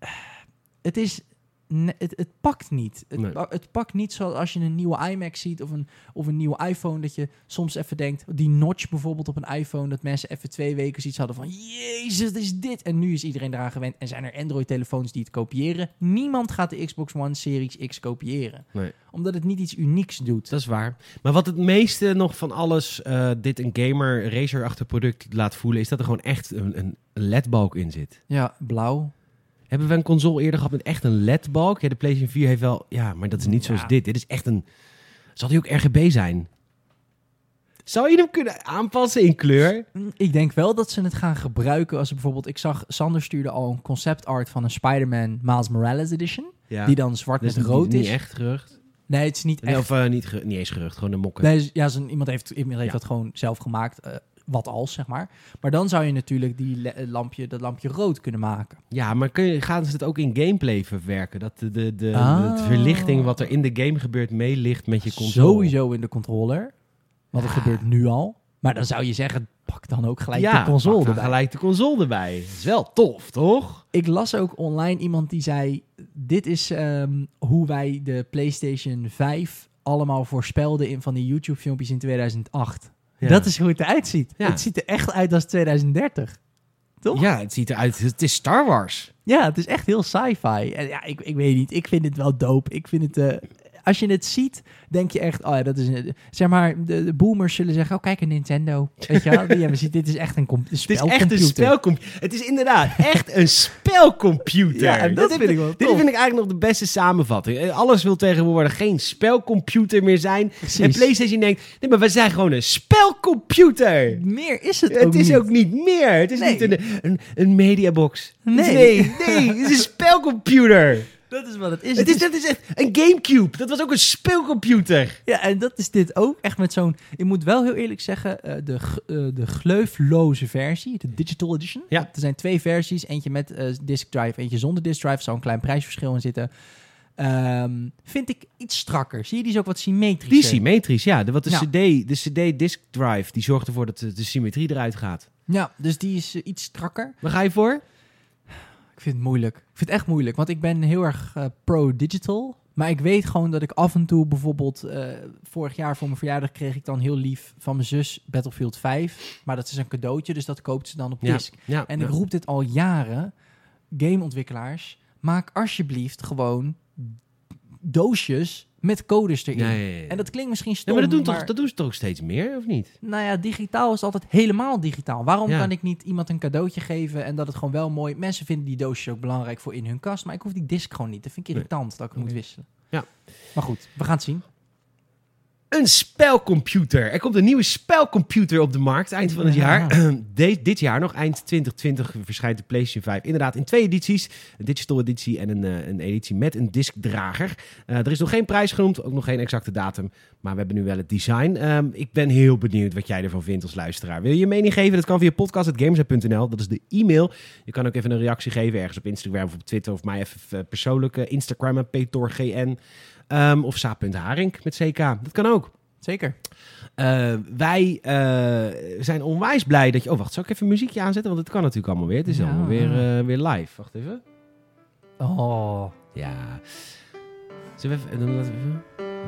het is... Het, het pakt niet. Het, nee. het pakt niet zoals als je een nieuwe iMac ziet of een, of een nieuwe iPhone, dat je soms even denkt, die notch bijvoorbeeld op een iPhone, dat mensen even twee weken zoiets hadden van, jezus, wat is dit? En nu is iedereen eraan gewend en zijn er Android-telefoons die het kopiëren. Niemand gaat de Xbox One Series X kopiëren. Nee. Omdat het niet iets unieks doet. Dat is waar. Maar wat het meeste nog van alles uh, dit een gamer Razer-achtig product laat voelen, is dat er gewoon echt een, een L E D-balk in zit. Ja, blauw. Hebben we een console eerder gehad met echt een L E D-balk? Ja, de PlayStation vier heeft wel... Ja, maar dat is niet ja. zoals dit. Dit is echt een... Zal die ook R G B zijn? Zou je hem kunnen aanpassen in kleur? Ik denk wel dat ze het gaan gebruiken als bijvoorbeeld... Ik zag, Sander stuurde al een concept art van een Spider-Man Miles Morales edition. Ja. Die dan zwart dus met rood niet, is. Niet echt gerucht? Nee, het is niet echt. Of uh, niet, ge- niet eens gerucht, gewoon een mokken. Nee, ja, zo, iemand heeft, iemand heeft ja. dat gewoon zelf gemaakt. Uh, wat als, zeg maar. Maar dan zou je natuurlijk die le- lampje, dat lampje rood kunnen maken. Ja, maar kun je, gaan ze het ook in gameplay verwerken? Dat de, de, de, ah. de verlichting wat er in de game gebeurt meelicht met je console? Sowieso in de controller. Want het ja. gebeurt nu al. Maar dan zou je zeggen, pak dan ook gelijk ja, de console pak dan erbij. gelijk de console erbij. Dat is wel tof, toch? Ik las ook online iemand die zei... Dit is um, hoe wij de PlayStation vijf allemaal voorspelden in van die YouTube-filmpjes in tweeduizend acht. Ja. Dat is hoe het eruit ziet. Ja. Het ziet er echt uit als tweeduizend dertig. Toch? Ja, het ziet eruit. Het is Star Wars. Ja, het is echt heel sci-fi. En ja, ik, ik weet niet. Ik vind het wel dope. Ik vind het... Uh, als je het ziet, denk je echt... Oh ja, dat is een, zeg maar, de, de boomers zullen zeggen... Oh, kijk, een Nintendo. Weet je wel? Ja, maar ziet, dit is echt een, com- een spelcomputer. Het is echt een spelcomputer. Het is inderdaad echt een spelcomputer. Ja, en dat dit vind ik wel tof. Dit vind ik eigenlijk nog de beste samenvatting. Alles wil tegenwoordig geen spelcomputer meer zijn. Precies. En PlayStation denkt... Nee, maar we zijn gewoon een spelcomputer. Meer is het Het ook is niet. ook niet meer. Het is nee. niet een, een, een mediabox. Nee. Nee, nee. Het is een spelcomputer. Dat is wat het is. Het het is, is dat is echt een Gamecube. Dat was ook een speelcomputer. Ja, en dat is dit ook. Echt met zo'n... Ik moet wel heel eerlijk zeggen, uh, de, uh, de gleufloze versie, de Digital Edition. Ja. Er zijn twee versies. Eentje met uh, disk drive, eentje zonder disk drive. Er zou een klein prijsverschil in zitten. Um, vind ik iets strakker. Zie je, die is ook wat symmetrischer. Die is symmetrisch, ja. De, wat de, ja. C D, de C D disk drive, die zorgt ervoor dat de, de symmetrie eruit gaat. Ja, dus die is uh, iets strakker. Waar ga je voor? Ik vind het moeilijk. Ik vind het echt moeilijk, want ik ben heel erg uh, pro-digital. Maar ik weet gewoon dat ik af en toe bijvoorbeeld... Uh, vorig jaar voor mijn verjaardag kreeg ik dan heel lief van mijn zus Battlefield vijf. Maar dat is een cadeautje, dus dat koopt ze dan op disc. Ja, ja, en ja. ik roep dit al jaren. Gameontwikkelaars, maak alsjeblieft gewoon doosjes met codes erin. Ja, ja, ja, ja. En dat klinkt misschien stom, ja, maar dat doen, maar... toch, dat doen ze toch steeds meer, of niet? Nou ja, digitaal is altijd helemaal digitaal. Waarom ja. kan ik niet iemand een cadeautje geven en dat het gewoon wel mooi... Mensen vinden die doosjes ook belangrijk voor in hun kast, maar ik hoef die disc gewoon niet. Dat vind ik irritant, nee. dat ik het okay. moet wisselen. Ja. Maar goed, we gaan het zien. Een spelcomputer. Er komt een nieuwe spelcomputer op de markt eind van het Ja. jaar. De, dit jaar nog, eind twintig twintig, verschijnt de PlayStation vijf. Inderdaad, in twee edities. Een digital editie en een, uh, een editie met een diskdrager. Uh, er is nog geen prijs genoemd, ook nog geen exacte datum. Maar we hebben nu wel het design. Um, ik ben heel benieuwd wat jij ervan vindt als luisteraar. Wil je je mening geven? Dat kan via podcast punt gamersnet punt n l. Dat is de e-mail. Je kan ook even een reactie geven ergens op Instagram of op Twitter. Of mij even persoonlijk uh, Instagrammen, petorgn. Um, of saap.haring met C K. Dat kan ook. Zeker. Uh, wij uh, zijn onwijs blij dat je... Oh, wacht. Zal ik even muziekje aanzetten? Want het kan natuurlijk allemaal weer. Het is Ja. allemaal weer, uh, weer live. Wacht even. Oh. Ja. Zullen we even... Dan laten we even...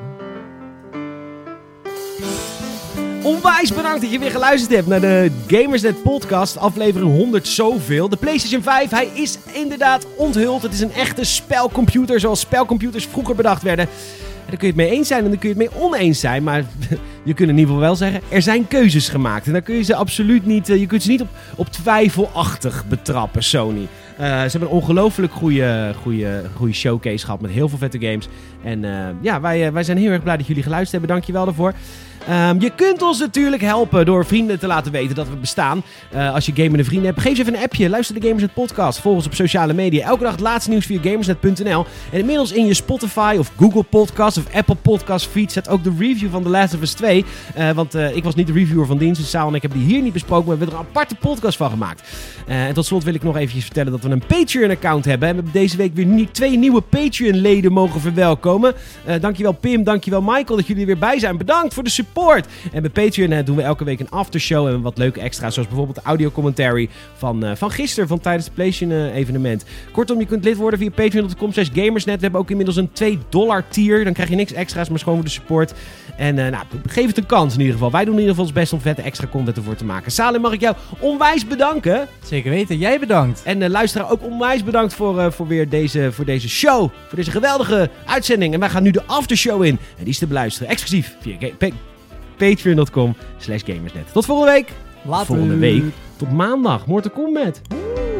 Onwijs bedankt dat je weer geluisterd hebt naar de Gamersnet podcast, aflevering honderd zoveel. De PlayStation vijf, hij is inderdaad onthuld. Het is een echte spelcomputer zoals spelcomputers vroeger bedacht werden. En daar kun je het mee eens zijn en dan kun je het mee oneens zijn. Maar je kunt in ieder geval wel zeggen, er zijn keuzes gemaakt. En dan kun je ze absoluut niet, je kunt ze niet op, op twijfelachtig betrappen, Sony. Uh, ze hebben een ongelooflijk goede, goede, goede showcase gehad met heel veel vette games. En uh, ja, wij, uh, wij zijn heel erg blij dat jullie geluisterd hebben. Dankjewel daarvoor. Um, je kunt ons natuurlijk helpen door vrienden te laten weten dat we bestaan. Uh, als je gamende vrienden hebt, geef ze even een appje. Luister de Gamersnet podcast. Volg ons op sociale media. Elke dag het laatste nieuws via gamersnet punt n l. En inmiddels in je Spotify of Google Podcast of Apple Podcast feed zet ook de review van The Last of Us twee. Uh, want uh, ik was niet de reviewer van dienst. Dus Saal en ik hebben die hier niet besproken. Maar we hebben er een aparte podcast van gemaakt. Uh, en tot slot wil ik nog eventjes vertellen dat we een Patreon-account hebben. En we hebben deze week weer niet twee nieuwe Patreon-leden mogen verwelkomen. Uh, dankjewel Pim, dankjewel Michael dat jullie er weer bij zijn. Bedankt voor de support. En bij Patreon uh, doen we elke week een aftershow en wat leuke extra's. Zoals bijvoorbeeld de audio commentary van, uh, van gisteren, van tijdens het PlayStation uh, evenement. Kortom, je kunt lid worden via patreon punt com slash gamersnet. We hebben ook inmiddels een twee dollar tier. Dan krijg je niks extra's, maar gewoon voor de support. En uh, nou, geef het een kans in ieder geval. Wij doen in ieder geval ons best om vette extra content ervoor te maken. Salem, mag ik jou onwijs bedanken. Zeker weten. Jij bedankt. En uh, luisteraar ook onwijs bedankt voor, uh, voor weer deze, voor deze show. Voor deze geweldige uitzending. En wij gaan nu de aftershow in. En die is te beluisteren. Exclusief via ga- patreon punt com slash gamersnet. Tot volgende week. Later. Volgende week. Tot maandag. Mortal Kombat.